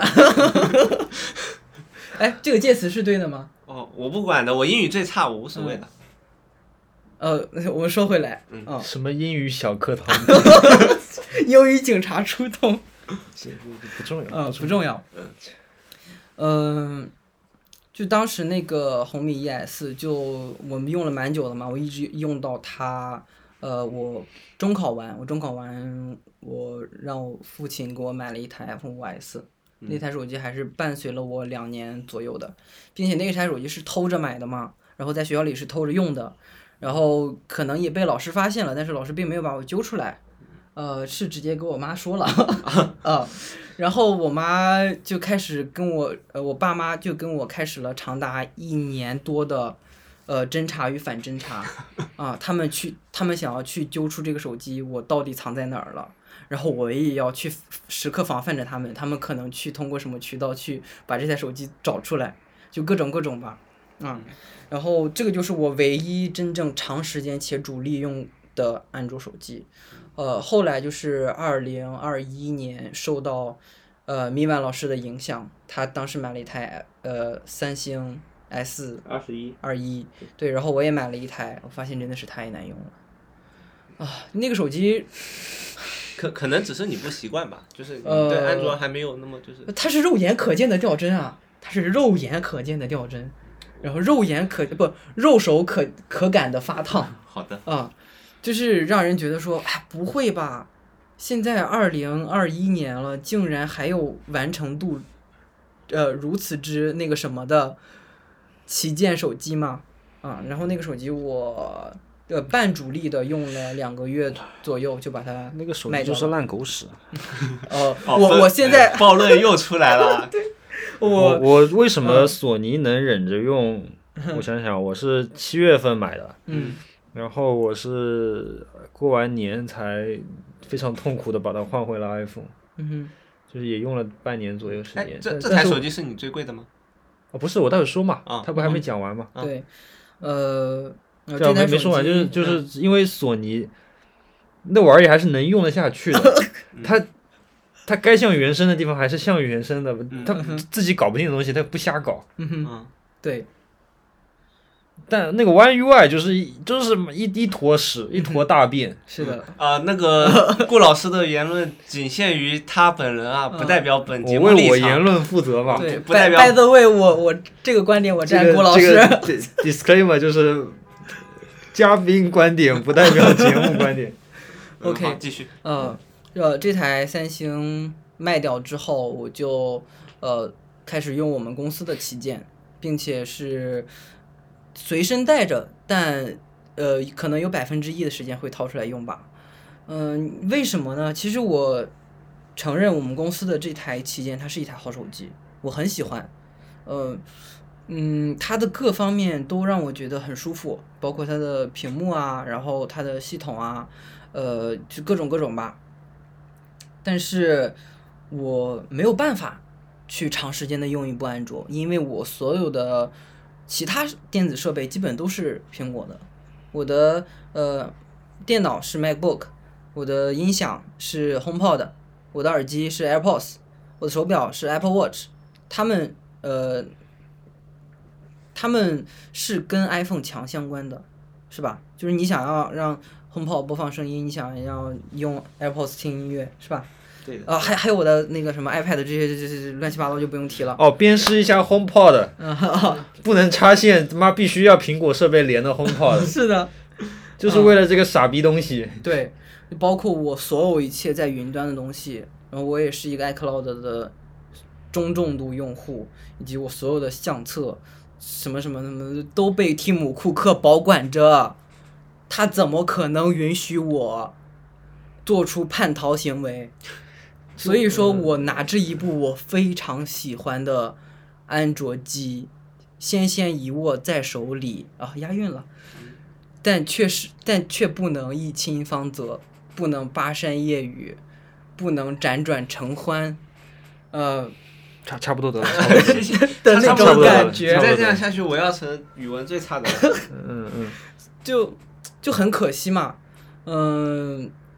哎，这个介词是对的吗？ 哦，我不管的，我英语最差，我无所谓的。 呃，我们说回来，嗯，哦、 什么英语小课堂？ 英语警察出动。 这不重要， 呃，不重要。嗯，嗯，就当时那个红米 E S， 就我们用了蛮久的嘛，我一直用到它。呃，我中考完，我中考完，我让我父亲给我买了一台 iPhone 五 S，、嗯、那台手机还是伴随了我两年左右的，并且那台手机是偷着买的嘛，然后在学校里是偷着用的，然后可能也被老师发现了，但是老师并没有把我揪出来。呃，是直接跟我妈说了，啊，然后我妈就开始跟我，呃，我爸妈就跟我开始了长达一年多的，呃，侦查与反侦查，啊，他们去，他们想要去揪出这个手机我到底藏在哪儿了，然后我也要去时刻防范着他们，他们可能去通过什么渠道去把这台手机找出来，就各种各种吧，啊，然后这个就是我唯一真正长时间且主力用的安卓手机。呃，后来就是二零二一年受到呃米晚老师的影响，他当时买了一台呃三星 S 二十一二一，对，然后我也买了一台，我发现真的是太难用了啊！那个手机可可能只是你不习惯吧，就是你对安卓还没有那么就是、 呃、它是肉眼可见的掉帧啊，它是肉眼可见的掉帧，然后肉眼可不肉手可可感的发烫。 好的啊。就是让人觉得说，哎，不会吧？现在二零二一年了，竟然还有完成度，呃，如此之那个什么的旗舰手机吗？啊，然后那个手机我呃半主力的用了两个月左右就把它卖掉了。 那个手机就是烂狗屎。 呃，我我现在暴论又出来了。 对， 我我为什么索尼能忍着用？嗯、我想想，我是七月份买的。 嗯。 然后我是过完年才非常痛苦的把它换回了 iPhone， 嗯哼， 就是也用了半年左右时间。 这这台手机是你最贵的吗？ 哦，不是，我待会说嘛， 啊、 他不还没讲完吗？ 嗯、对，呃， 这样没没说完，就是就是因为索尼那玩意儿还是能用得下去的，它它该像原生的地方还是像原生的，它自己搞不定的东西它不瞎搞。 嗯哼，对。 但那个 One U I 就是就是一一坨屎，一坨大便。 是的啊、呃，那个顾老师的言论仅限于他本人啊，不代表本节目立场。 我为我言论负责嘛。 对， 不代表。 By the way， 我我这个观点我站顾老师。 这个这个、disclaimer 就是嘉宾观点不代表节目观点。 OK， 好，继续。 呃呃，这台三星卖掉之后，我就呃开始用我们公司的旗舰，并且是。随身带着，但呃，可能有百分之一的时间会掏出来用吧。嗯、呃，为什么呢？其实我承认我们公司的这台旗舰它是一台好手机，我很喜欢。呃，嗯，它的各方面都让我觉得很舒服，包括它的屏幕啊，然后它的系统啊，呃，就各种各种吧。但是我没有办法去长时间的用一部安卓，因为我所有的。其他电子设备基本都是苹果的，我的呃电脑是 MacBook， 我的音响是 HomePod， 我的耳机是 AirPods， 我的手表是 Apple Watch， 他们呃他们是跟 iPhone 强相关的，是吧？就是你想要让 HomePod 播放声音，你想要用 AirPods 听音乐，是吧？ 对的。 啊、呃，还还有我的那个什么 iPad 这些这些乱七八糟就不用提了。 哦，鞭尸一下 HomePod， 不能插线，他妈必须要苹果设备连的 HomePod。 是的， 就是为了这个傻逼东西。 嗯、对，包括我所有一切在云端的东西，然后我也是一个 iCloud 的中重度用户，以及我所有的相册，什么什么什么都被蒂姆·库克保管着，他怎么可能允许我做出叛逃行为？所以说我拿着一部我非常喜欢的安卓机，纤纤一握在手里啊，押韵了，但确实，但却不能一亲芳泽，不能巴山夜雨，不能辗转承欢，呃， 差差不多得了，差不多谢谢的那种感觉。 再这样下去，我要成语文最差的了。 嗯嗯， 就就很可惜嘛，嗯、呃。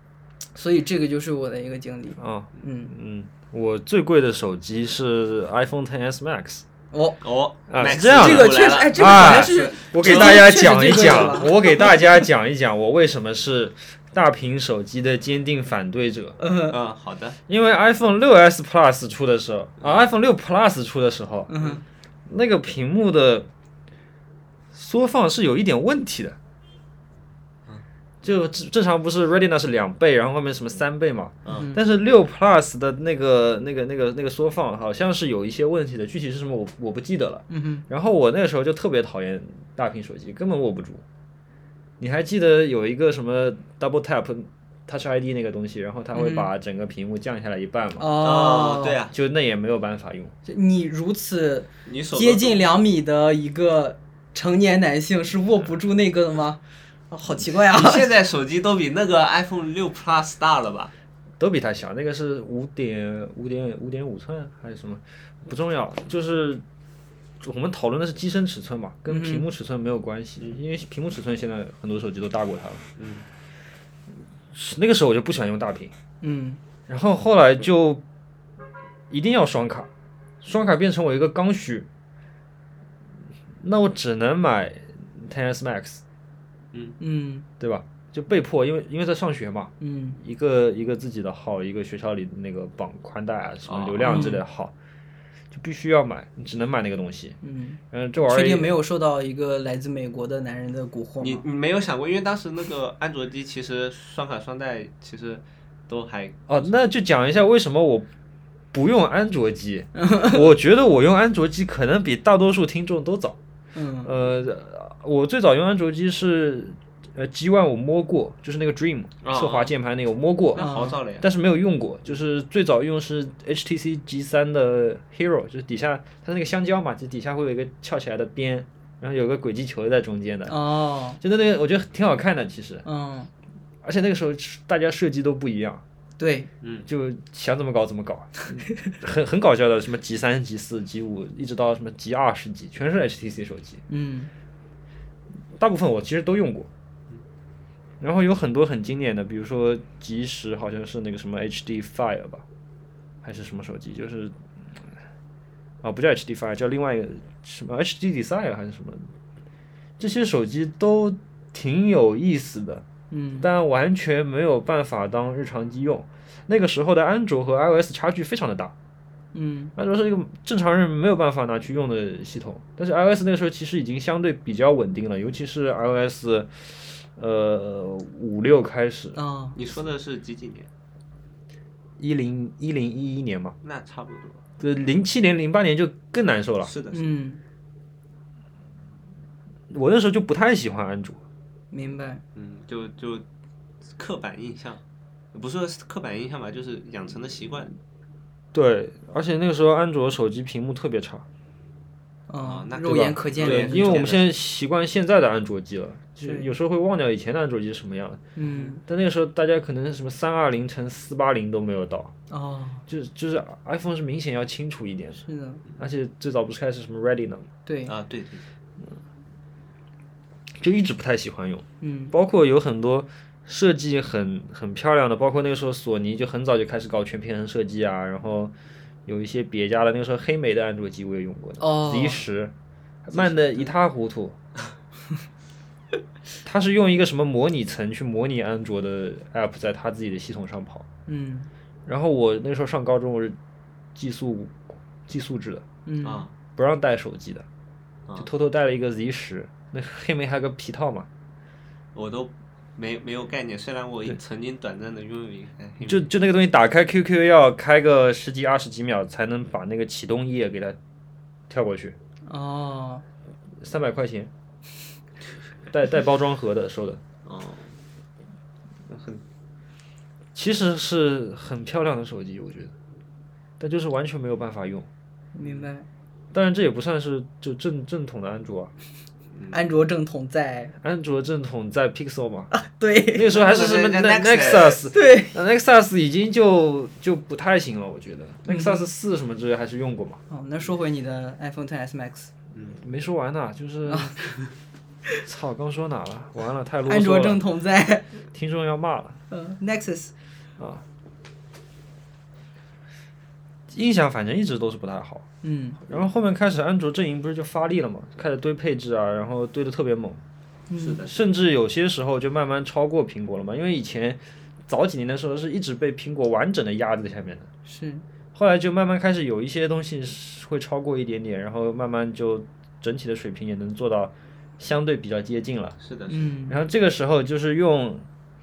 所以这个就是我的一个经历。 啊， 嗯嗯，我最贵的手机是 iPhone X S Max。 哦， 哦， 啊 Max 是这样的这个确实，哎，这个好像是我给大家讲一确实最贵讲， 的吧我给大家讲一讲我为什么是大屏手机的坚定反对者。 嗯嗯，好的， 因为 iPhone 六 S Plus 出的时候啊，iPhone 六 Plus 出的时候， 嗯那个屏幕的缩放是有一点问题的。就正正常不是 Retina 是两倍，然后后面什么三倍嘛， 嗯但是六 Plus 的那个那个那个那个缩放好像是有一些问题的，具体是什么我我不记得了。 嗯哼， 然后我那个时候就特别讨厌大屏手机，根本握不住。你还记得有一个什么 Double Tap Touch I D 那个东西，然后它会把整个屏幕降下来一半嘛？ 哦， 对，啊， 就那也没有办法用。 你如此你手接近两米的一个成年男性是握不住那个的吗？啊好奇怪啊！ 你现在手机都比那个 iPhone 六 Plus 大了吧？ 都比它小，那个是五点五点五点五寸还是什么，不重要，就是我们讨论的是机身尺寸嘛，跟屏幕尺寸没有关系，因为屏幕尺寸现在很多手机都大过它了。 嗯， 那个时候我就不喜欢用大屏， 嗯然后后来就一定要双卡，双卡变成我一个刚需，那我只能买 X S Max， 嗯对吧？就被迫，因为因为在上学嘛， 嗯一个一个自己的号，一个学校里的那个绑宽带啊，什么哦流量之类的号，就必须要买，你只能买那个东西。 嗯， 嗯，这玩意儿确定没有受到一个来自美国的男人的蛊惑吗？ 你你没有想过，因为当时那个安卓机其实双卡双待其实都还哦，那就讲一下为什么我不用安卓机。我觉得我用安卓机可能比大多数听众都早。 嗯呃，我最早用安卓机是呃 G One 我摸过，就是那个 Dream 哦侧滑键盘那个我摸过， 那好早了呀。 但是没有用过。就是最早用是 H T C G 三的 Hero，就是底下它那个香蕉嘛，就底下会有一个翘起来的边，然后有个轨迹球在中间的， 哦就那个我觉得挺好看的其实。 嗯而且那个时候大家设计都不一样， 对就想怎么搞怎么搞，很很搞笑的，什么 G 三、G 四、G 五，一直到什么 G 二十几，全是 H T C 手机。 嗯大部分我其实都用过，然后有很多很经典的，比如说即时好像是那个什么 H D Fire 吧，还是什么手机，就是啊不叫 H D Fire，叫另外一个什么 H D Desire 还是什么，这些手机都挺有意思的， 嗯但完全没有办法当日常机用。那个时候的安卓和 iOS 差距非常的大， 嗯安卓是一个正常人没有办法拿去用的系统，但是 iOS 那个时候其实已经相对比较稳定了，尤其是 iOS，呃五六开始， 啊你说的是几几年？ 一零一零一一年嘛， 那差不多。 呃零七年零八年就更难受了。 是的，是的。 嗯， 我那时候就不太喜欢安卓， 明白。 嗯，就就刻板印象，不是说刻板印象吧，就是养成的习惯。 对，而且那个时候安卓手机屏幕特别差， 啊那， 肉眼可见的对， 那种。 因为我们现在习惯现在的安卓机了，就对有时候会忘掉以前的安卓机是什么样的。 嗯但那个时候大家可能什么三二零乘四八零都没有到， 哦， 就就是 iPhone 是明显要清楚一点， 是的， 而且最早不是开始什么 Retina 吗， 对， 啊，对对。 就一直不太喜欢用， 嗯包括有很多设计很很漂亮的，包括那个时候索尼就很早就开始搞全平衡设计啊，然后有一些别家的，那个时候黑莓的安卓机我也用过的、 哦 Z 十，慢的一塌糊涂。他是用一个什么模拟层去模拟安卓的 app 在他自己的系统上跑， 嗯然后我那时候上高中我是寄宿寄宿制的， 嗯啊， 不让带手机的， 啊就偷偷带了一个 Z 十，那黑莓还有个皮套嘛， 我都没没有概念，虽然我曾经短暂的拥有一个。 就就那个东西打开 Q Q 要开个十几二十几秒才能把那个启动页给它跳过去， 哦， 三百块钱，带带包装盒的收的， 哦，很其实是很漂亮的手机，我觉得，但就是完全没有办法用。 明白。 当然这也不算是就正正统的安卓啊， 安卓正统在， 安卓正统在 Pixel 嘛， 对那个时候还是什么那个 Nexus， 对， 那 Nexus 已经就就不太行了，我觉得嗯 Nexus 四什么之类还是用过嘛。 哦，那说回你的 iPhone X S Max， 没说完呢，就是，操，刚说哪了？完了，太啰嗦了。 安卓正统在， 听众要骂了。 嗯，Nexus， 啊，印象反正一直都是不太好。 嗯， 然后后面开始安卓阵营不是就发力了嘛，开始堆配置啊，然后堆的特别猛， 是的， 甚至有些时候就慢慢超过苹果了嘛。因为以前早几年的时候是一直被苹果完整的压在下面的， 是， 后来就慢慢开始有一些东西是会超过一点点，然后慢慢就整体的水平也能做到相对比较接近了。 是的， 嗯， 然后这个时候就是用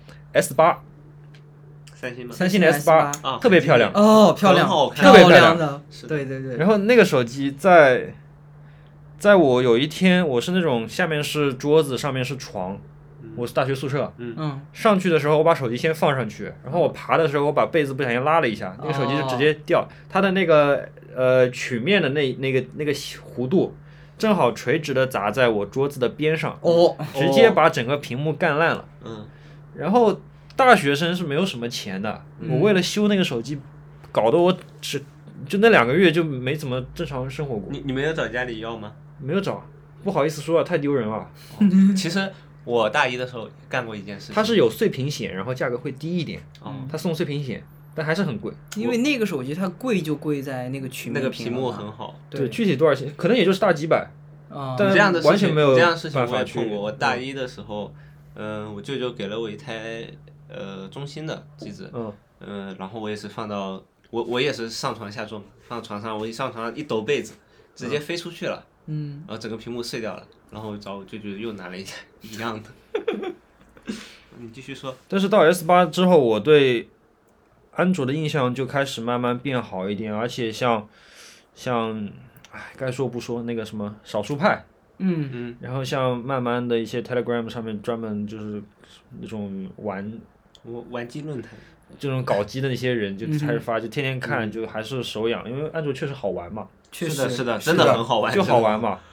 S 八， 三星吗？ 三星的 S 八啊特别漂亮。 哦，漂亮， 很好看特别漂亮亮的， 是的对对对， 然后那个手机在，在我有一天我是那种下面是桌子，上面是床，我是大学宿舍， 嗯， 上去的时候我把手机先放上去，然后我爬的时候我把被子不小心拉了一下，那个手机就直接掉，它的那个呃曲面的那那个那个弧度。正好垂直的砸在我桌子的边上， 哦， 直接把整个屏幕干烂了。 嗯， 然后大学生是没有什么钱的， 嗯我为了修那个手机，搞得我只就那两个月就没怎么正常生活过。 你你没有找家里要吗？ 没有找，不好意思说啊，太丢人了。 其实我大一的时候干过一件事情， 它是有碎屏险，然后价格会低一点， 哦， 它送碎屏险，但还是很贵。 因为那个手机它贵就贵在那个曲面那个屏幕了嘛很好。 对， 具体多少钱，可能也就是大几百。 啊， 但这样的事情， 完全没有这样的事情办法去我也碰过。我大一的时候，嗯、我舅舅给了我一台呃中兴的机子， 嗯， 嗯、然后我也是放到我我也是上床下桌，放床上，我一上床一抖被子，直接飞出去了， 嗯， 然后整个屏幕碎掉了，然后我找我舅舅又拿了一台一样的。你继续说。 但是到 S 八之后，我对安卓的印象就开始慢慢变好一点，而且像像，哎，该说不说那个什么少数派， 嗯， 嗯， 然后像慢慢的一些 Telegram 上面专门就是那种玩我玩机论坛。 这种搞基的那些人就嗯开始发，就天天看，就还是手痒，因为安卓确实好玩嘛， 确是的， 实是的，真的很好玩， 就好玩嘛，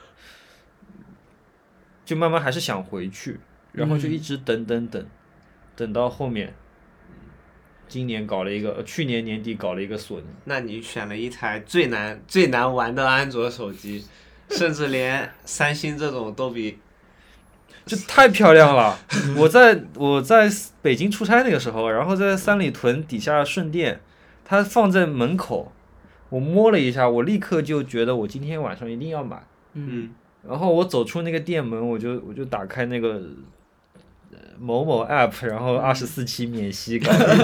就慢慢还是想回去，然后就嗯一直等等等，等到后面，今年搞了一个，呃去年年底搞了一个索尼， 那你选了一台最难最难玩的安卓手机，甚至连三星这种都比。 这太漂亮了！我在我在北京出差那个时候，然后在三里屯底下顺电，它放在门口，我摸了一下，我立刻就觉得我今天晚上一定要买。 嗯， 然后我走出那个店门，我就我就打开那个呃某某 app，然后二十四期免息，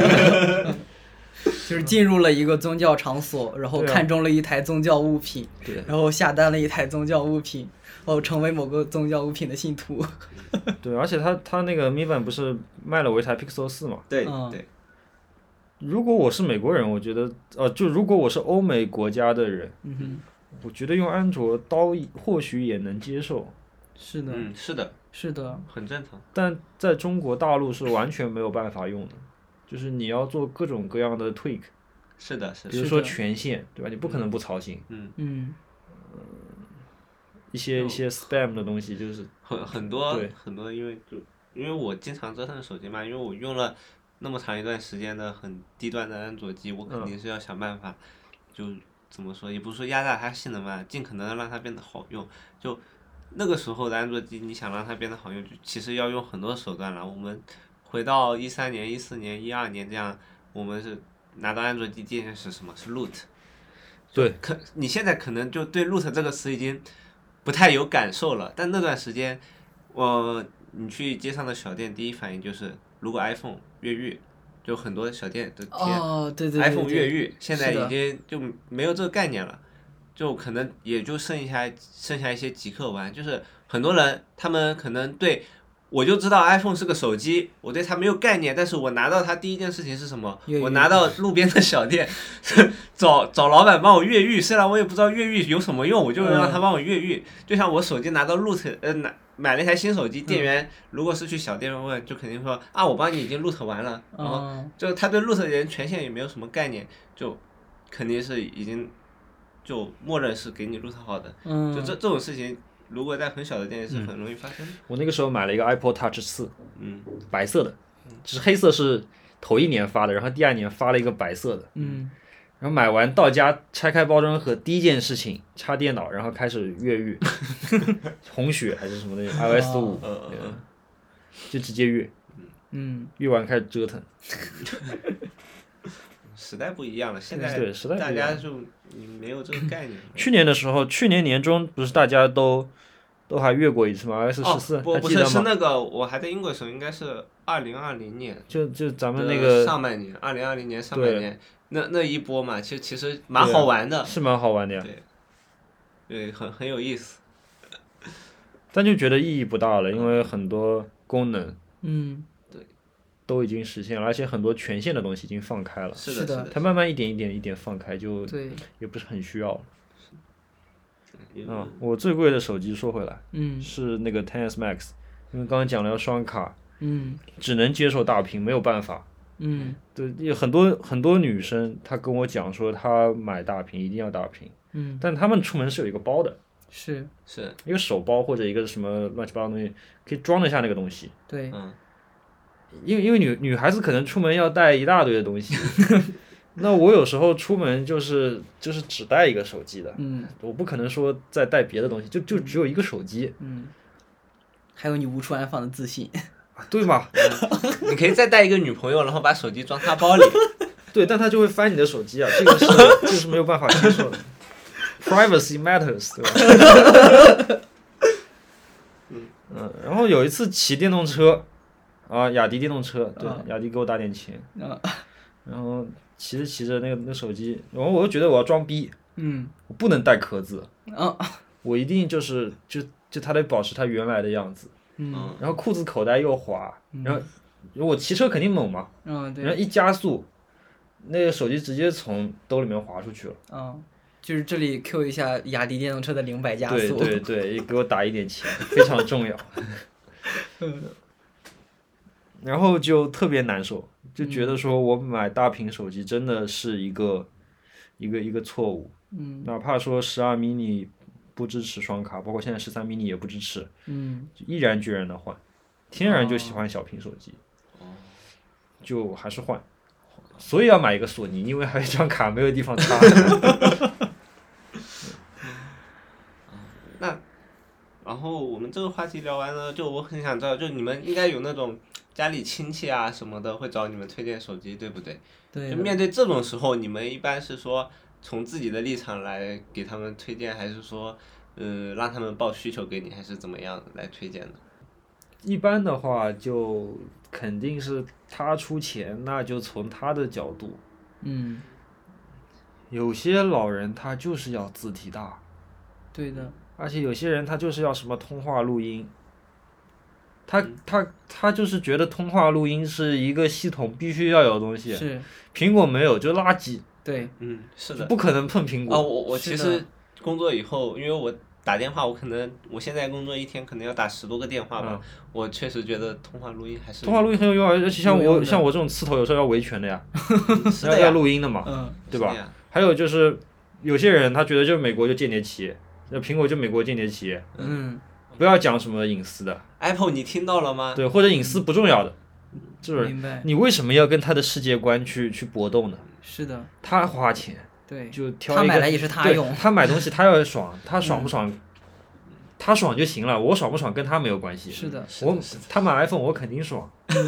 就是进入了一个宗教场所，然后对啊看中了一台宗教物品， 对然后下单了一台宗教物品，然后成为某个宗教物品的信徒。 对，而且它它那个 Mi Band 不是卖了我一台 Pixel 四嘛？ 对嗯对， 如果我是美国人，我觉得呃，就如果我是欧美国家的人， 嗯哼， 我觉得用安卓刀或许也能接受， 是的， 嗯，是的， 是的， 很正常。 但在中国大陆是完全没有办法用的，就是你要做各种各样的 tweak， 是的，是的， 比如说是的权限，对吧？你不可能不操心， 嗯， 嗯， 一些一些 spam 的东西就是很很多对很多，因为就因为我经常折腾手机嘛，因为我用了那么长一段时间的很低端的安卓机，我肯定是要想办法，就怎么说，也不是说压榨它性能吧，尽可能的让它变得好用。就那个时候的安卓机，你想让它变得好用，就其实要用很多手段了。我们回到一三年、一四年、一二年这样，我们是拿到安卓机第一件事是什么？是 root。 对， 可你现在可能就对 root 这个词已经不太有感受了，但那段时间，我你去街上的小店，第一反应就是如果 iPhone 越狱，就很多小店都贴哦，对对对 iPhone 对越狱，现在是的已经就没有这个概念了，就可能也就剩下剩下一些极客玩，就是很多人他们可能对。我就知道 iPhone 是个手机，我对它没有概念，但是我拿到它第一件事情是什么？ 越狱我拿到路边的小店，找找老板帮我越狱，虽然我也不知道越狱有什么用，我就让他帮我越狱。就像我手机拿到 root， 呃，拿买了一台新手机，店员如果是去小店问，就肯定说啊，我帮你已经 root 完了，然后嗯就他对 root 的人权限也没有什么概念，就肯定是已经就默认是给你 root 好的， 嗯， 就这这种事情。如果在很小的店是很容易发生的。 我那个时候买了一个 iPod Touch 四， 嗯， 白色的，只是黑色是头一年发的，然后第二年发了一个白色的， 嗯， 然后买完到家拆开包装盒，第一件事情插电脑，然后开始越狱，红雪还是什么的 iOS 五、 呃呃呃， 就直接越， 嗯， 越完开始折腾。 时代不一样了，现在对时代不一样大家就你没有这个概念。 去年的时候，去年年中不是大家都都还越过一次吗 ？iOS 十四， 哦，不不是还记得吗？ 是那个我还在英国的时候，应该是二零二零年就就咱们的那个上半年，二零二零年上半对年那那一波嘛，其实其实蛮好玩的， 是蛮好玩的呀， 对，对，很很有意思。 但就觉得意义不大了，因为很多功能嗯， 都已经实现了，而且很多权限的东西已经放开了， 是的， 是的是的。 它慢慢一点一点一点放开，就对， 也不是很需要了。 嗯啊，我最贵的手机说回来嗯是那个 X S Max，因为刚刚讲了要双卡， 嗯只能接受大屏，没有办法。 嗯对，有很多很多女生，她跟我讲说她买大屏一定要大屏， 嗯， 但她们出门是有一个包的， 是， 是， 一个手包或者一个什么乱七八糟东西，可以装得下那个东西。 对， 嗯， 因为因为女女孩子可能出门要带一大堆的东西，那我有时候出门就是就是只带一个手机的， 嗯我不可能说再带别的东西，就就只有一个手机， 嗯，还有你无处安放的自信。 对吧？ 你可以再带一个女朋友，然后把手机装她包里。 对，但他就会翻你的手机啊，这个是这个是没有办法接受的，privacy matters，对吧？嗯，然后有一次骑电动车，啊，雅迪电动车，对， 啊雅迪给我打点钱， 啊， 然后骑着骑着那个那手机，然后我又觉得我要装逼， 嗯我不能带壳子， 啊我一定就是就就它得保持它原来的样子， 嗯嗯， 然后裤子口袋又滑，然后我骑车肯定猛嘛， 嗯，对， 然后一加速，那个手机直接从兜里面滑出去了。 啊，就是这里 Q 一下雅迪电动车的零百加对速。 对对，也给我打一点钱，非常重要。然后就特别难受，就觉得说我买大屏手机真的是一个一个一个错误。 嗯哪怕说十二 mini 不支持双卡，包括现在十三 mini 也不支持， 嗯就毅然决然的换，天然就喜欢小屏手机，就还是换。所以要买一个索尼，因为还有一张卡没有地方插。 那，然后我们这个话题聊完了，就我很想知道，就你们应该有那种家里亲戚啊什么的会找你们推荐手机，对不对？ 对就面对这种时候，你们一般是说从自己的立场来给他们推荐，还是说，呃，让他们报需求给你，还是怎么样来推荐的？ 一般的话就肯定是他出钱，那就从他的角度。 嗯， 有些老人他就是要字体大， 对的， 而且有些人他就是要什么通话录音，他他他就是觉得通话录音是一个系统必须要有的东西， 是， 苹果没有就垃圾， 对， 嗯，是的。 不可能碰苹啊， 果。 我我是的其实工作以后，因为我打电话，我可能我现在工作一天可能要打十多个电话吧，我确实觉得通话录音还是通话录音很有用啊，而且像有用的我像我这种刺头，有时候要维权的呀，要是的呀要录音的嘛， 嗯对吧？ 是的呀还有就是有些人他觉得就是美国就间谍企业，那苹果就美国间谍企业， 嗯不要讲什么隐私的， Apple 你听到了吗？ 对，或者隐私不重要的，就是明白， 你为什么要跟他的世界观去去搏斗呢？ 是的， 他花钱对， 就挑一个， 他买来也是他对用， 他买东西他要爽，他爽不爽，他爽就行了，我爽不爽跟他没有关系。 是的， 我他买 iPhone 我肯定爽，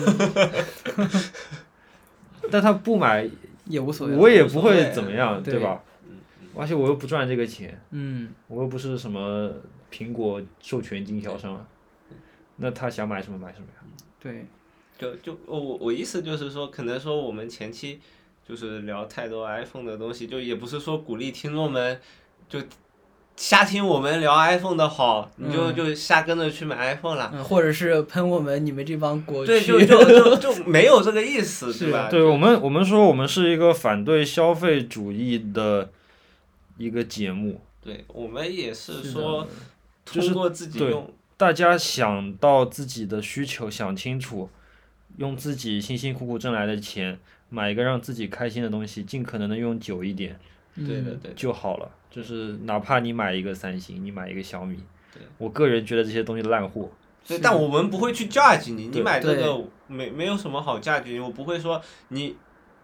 但他不买也无所谓， 我也不会无所谓怎么样， 对对吧？而且我又不赚这个钱， 嗯我又不是什么苹果授权经销商，那他想买什么买什么呀？ 对， 就就我我我意思就是说，可能说我们前期就是聊太多 iPhone 的东西，就也不是说鼓励听众们就瞎听我们聊 iPhone 的好，你就嗯就瞎跟着去买 iPhone 了。 嗯，或者是喷我们你们这帮国对， 区， 就就就就没有这个意思， 是对吧？ 对我们我们说我们是一个反对消费主义的一个节目， 对，我们也是是的说就是通过自己对用， 大家想到自己的需求，想清楚，用自己辛辛苦苦挣来的钱买一个让自己开心的东西，尽可能的用久一点嗯对的对的。 就好了。就是哪怕你买一个三星，你买一个小米对， 我个人觉得这些东西烂货。 对，但我们不会去 judge 你，你对买这个对没没有什么好 judge 你，我不会说你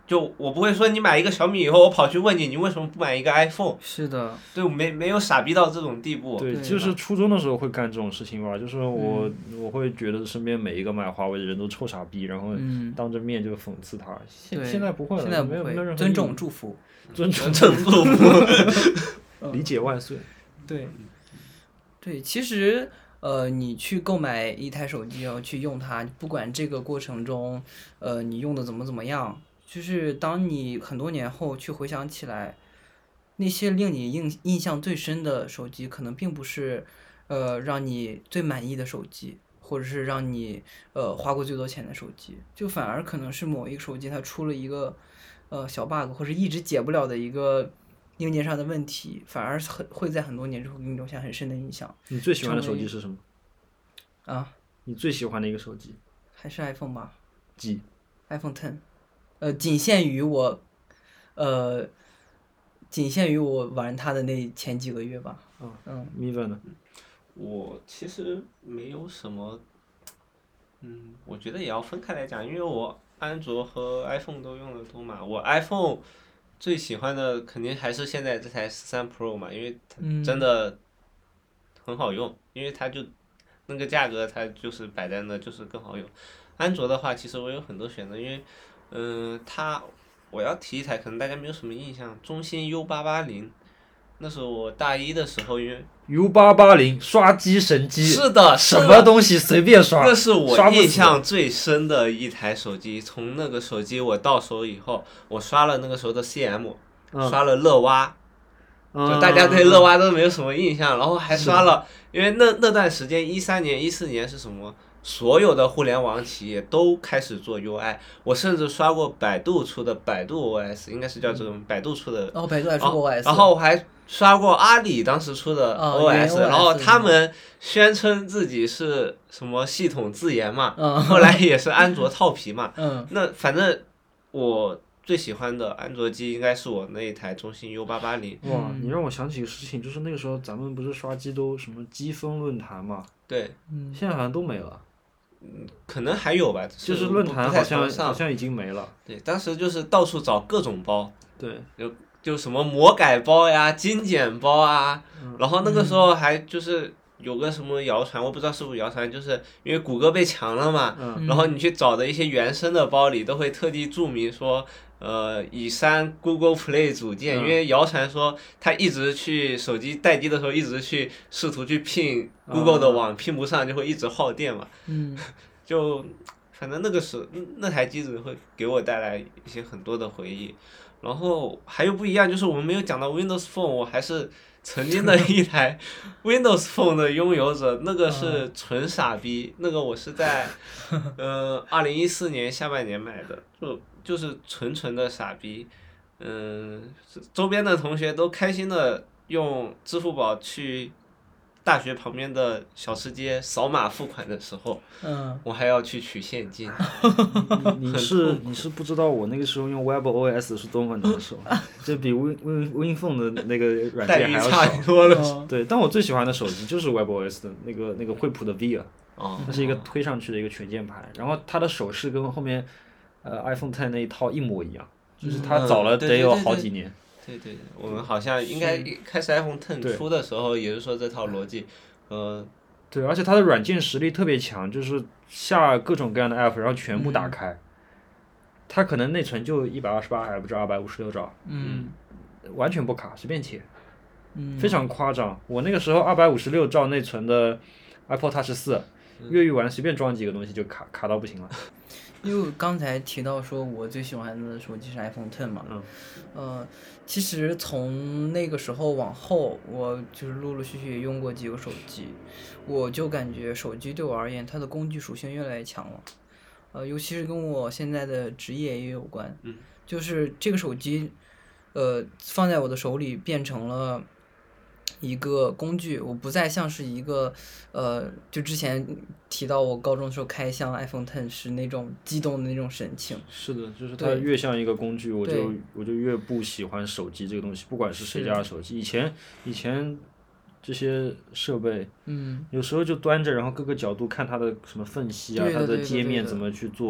就我不会说你买一个小米以后，我跑去问你，你为什么不买一个 iPhone？ 是的， 对，没没有傻逼到这种地步。 对， 对就是初中的时候会干这种事情吧，就是我、 嗯我会觉得身边每一个买华为的人都臭傻逼，然后嗯， 当着面就讽刺他。现对现在不会了， 现在不没有没有任何会，尊意义重祝福。 尊重正祝福。 理解万岁。 对，对，其实呃，你去购买一台手机，然后去用它，不管这个过程中，呃，你用的怎么怎么样，就是当你很多年后去回想起来，那些令你印印象最深的手机，可能并不是呃让你最满意的手机，或者是让你呃花过最多钱的手机，就反而可能是某一个手机它出了一个呃小 bug，或者一直解不了的一个硬件上的问题，反而很会在很多年之后给你留下很深的印象你最喜欢的成为手机是什么？ 啊。 你最喜欢的一个手机？ 还是 iPhone 吧几？ ，iPhone Ten，呃，仅限于我，呃，仅限于我玩它的那前几个月吧。 啊嗯， 米粉呢？ 我其实没有什么，嗯，我觉得也要分开来讲，因为我安卓和 iPhone 都用的多嘛。我 iPhone 最喜欢的肯定还是现在这台十三 Pro 嘛，因为它真的很好用，因为它就那个价格，它就是摆在那就是更好用。安卓的话，其实我有很多选择，因为，嗯、它我要提一台，可能大家没有什么印象，中兴 U 八八零，那是我大一的时候，因为 U 八八零刷机神机， 是的， 什么东西随便刷， 那是我刷不死印象最深的一台手机。从那个手机我到手以后，我刷了那个时候的 C M，、 嗯刷了乐蛙， 嗯就大家对乐蛙都没有什么印象，然后还刷了，因为那那段时间一三年、一四年是什么？所有的互联网企业都开始做 U I， 我甚至刷过百度出的百度 O S， 应该是叫这种百度出的。 然后百度还出过 O S， 然后我还刷过阿里当时出的哦 O 原 S，、 O S 然后他们宣称自己是什么系统自研嘛， 嗯后来也是安卓套皮嘛。 嗯那反正我最喜欢的安卓机应该是我那一台中兴 U 八八零。 哇， 嗯你让我想起一个事情，就是那个时候咱们不是刷机都什么积分论坛嘛， 对， 嗯， 现在好像都没了， 可能还有吧，只就是论坛不太好像常上好像已经没了。 对，当时就是到处找各种包， 对， 就什么魔改包呀、精简包啊，然后那个时候还就是有个什么谣传，我不知道是不是谣传，就是因为谷歌被抢了嘛， 嗯然后你去找的一些原生的包里都会特地注明说，呃，已删 Google Play 组件， 嗯因为谣传说他一直去手机待机的时候一直去试图去拼 Google 的网，拼不上就会一直耗电嘛， 嗯就反正那个时那台机子会给我带来一些很多的回忆。然后还有不一样，就是我们没有讲到 Windows Phone， 我还是曾经的一台 Windows Phone 的拥有者，那个是纯傻逼，那个我是在呃二零一四年下半年买的，就就是纯纯的傻逼，嗯、周边的同学都开心的用支付宝去大学旁边的小吃街扫码付款的时候， 嗯， 我还要去取现金。 你很是痛苦你是不知道我那个时候用 WebOS 是多么难受，这比 Win Win Win Phone 的那个软待遇差件还要少。 多了。 嗯对，但我最喜欢的手机就是 WebOS 的那个那个惠普的 V 啊， 哦它是一个推上去的一个全键盘，然后它的手势跟后面呃 iPhone Ten 那一套一模一样，就是它早了嗯对得有对对对好几年。 对对，对我们好像应该一开始 iPhone Ten 对出的时候，也是说这套逻辑，呃， 对，而且它的软件实力特别强，就是下各种各样的 app，然后全部打开。它可能内存就一百二十八还不知道二百五十六兆， 嗯完全不卡，随便切， 嗯， 非常夸张。我那个时候二百五十六兆内存的 Apple Touch 四，越狱玩随便装几个东西就卡卡到不行了。 因为我刚才提到说我最喜欢的手机是 iPhone Ten 嘛， 嗯， 呃，其实从那个时候往后，我就是陆陆续续用过几个手机，我就感觉手机对我而言，它的工具属性越来越强了，呃，尤其是跟我现在的职业也有关， 嗯， 就是这个手机，呃，放在我的手里变成了一个工具，我不再像是一个，呃，就之前提到我高中的时候开箱 iPhone Ten 是那种激动的那种神情。 是的，就是它对越像一个工具，我就对我就越不喜欢手机这个东西，不管是谁家的手机。以前以前这些设备， 嗯， 有时候就端着，然后各个角度看它的什么缝隙啊，它对的对的界面对的怎么去做，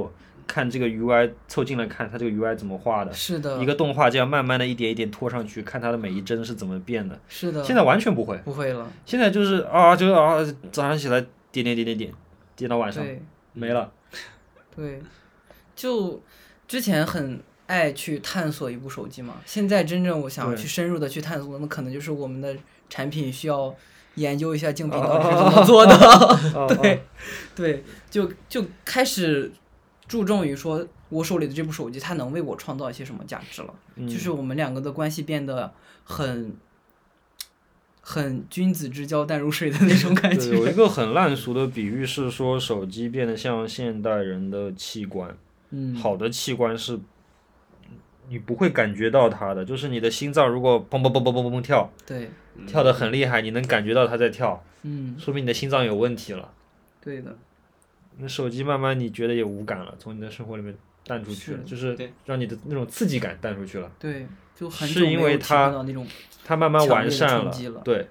看这个 U I 凑近了看它这个 U I 怎么画的， 是的， 一个动画这样慢慢的一点一点拖上去，看它的每一帧是怎么变的。 是的， 现在完全不会， 不会了， 现在就是啊，就啊，早上起来点点点点点，点到晚上对没了。 对，就之前很爱去探索一部手机嘛，现在真正我想要对去深入的去探索，那可能就是我们的产品需要研究一下竞品到底是怎么做的。 哦对对，就就开始注重于说我手里的这部手机它能为我创造一些什么价值了， 嗯就是我们两个的关系变得很很君子之交淡如水的那种感对，有一觉。 个很烂俗的比喻是说，手机变得像现代人的器官。 嗯， 好的器官是，你不会感觉到它的，就是你的心脏如果砰砰砰砰砰砰砰跳， 对， 跳得很厉害，你能感觉到它在跳， 嗯， 说明你的心脏有问题了。 对的， 那手机慢慢你觉得也无感了，从你的生活里面淡出去了， 是就是对让你的那种刺激感淡出去了。 对，就很久是因没有体为它会到那种它慢慢完强烈的善了冲击了， 对。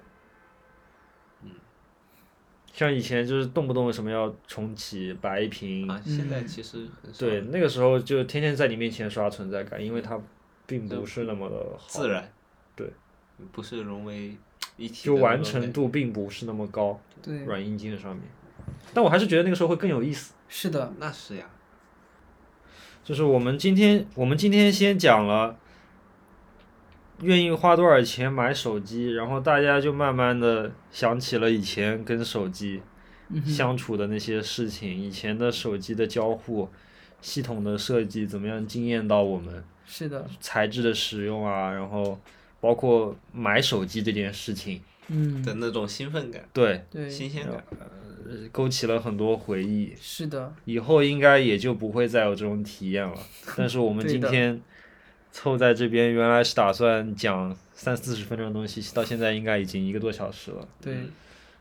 像以前就是动不动什么要重启白屏， 啊，现在其实很少对，那个时候就天天在你面前刷存在感，因为它并不是那么的好， 自然， 对， 不是融为一体就的那种感觉。 完成度并不是那么高， 对， 软硬件上面。但我还是觉得那个时候会更有意思。 是的， 那是呀， 就是我们今天，我们今天先讲了愿意花多少钱买手机，然后大家就慢慢的想起了以前跟手机嗯哼， 相处的那些事情，以前的手机的交互、系统的设计怎么样惊艳到我们， 是的， 材质的使用啊，然后包括买手机这件事情， 嗯， 的那种兴奋感、 对， 对， 新鲜感， 呃勾起了很多回忆。 是的， 以后应该也就不会再有这种体验了。但是我们对的今天凑在这边，原来是打算讲三四十分钟的东西，到现在应该已经一个多小时了。 对， 嗯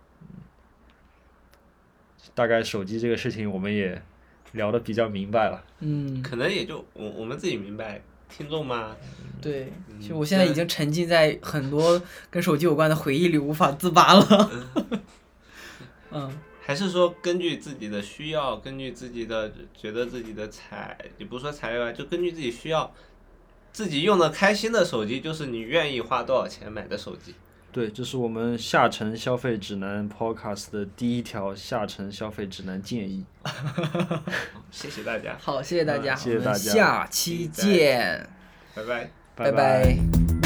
大概手机这个事情我们也聊得比较明白了。 嗯， 可能也就我我们自己明白，听众嘛， 对， 嗯其实我现在已经沉浸在很多跟手机有关的回忆里无法自拔了。嗯， 还是说根据自己的需要，根据自己的觉得自己的材，也不是说材料吧，就根据自己需要，自己用的开心的手机，就是你愿意花多少钱买的手机。 对，这是我们下沉消费指南 Podcast 的第一条下沉消费指南建议。 谢谢大家， 好，谢谢大家， 嗯谢谢大家我们下期见， 拜拜。 拜拜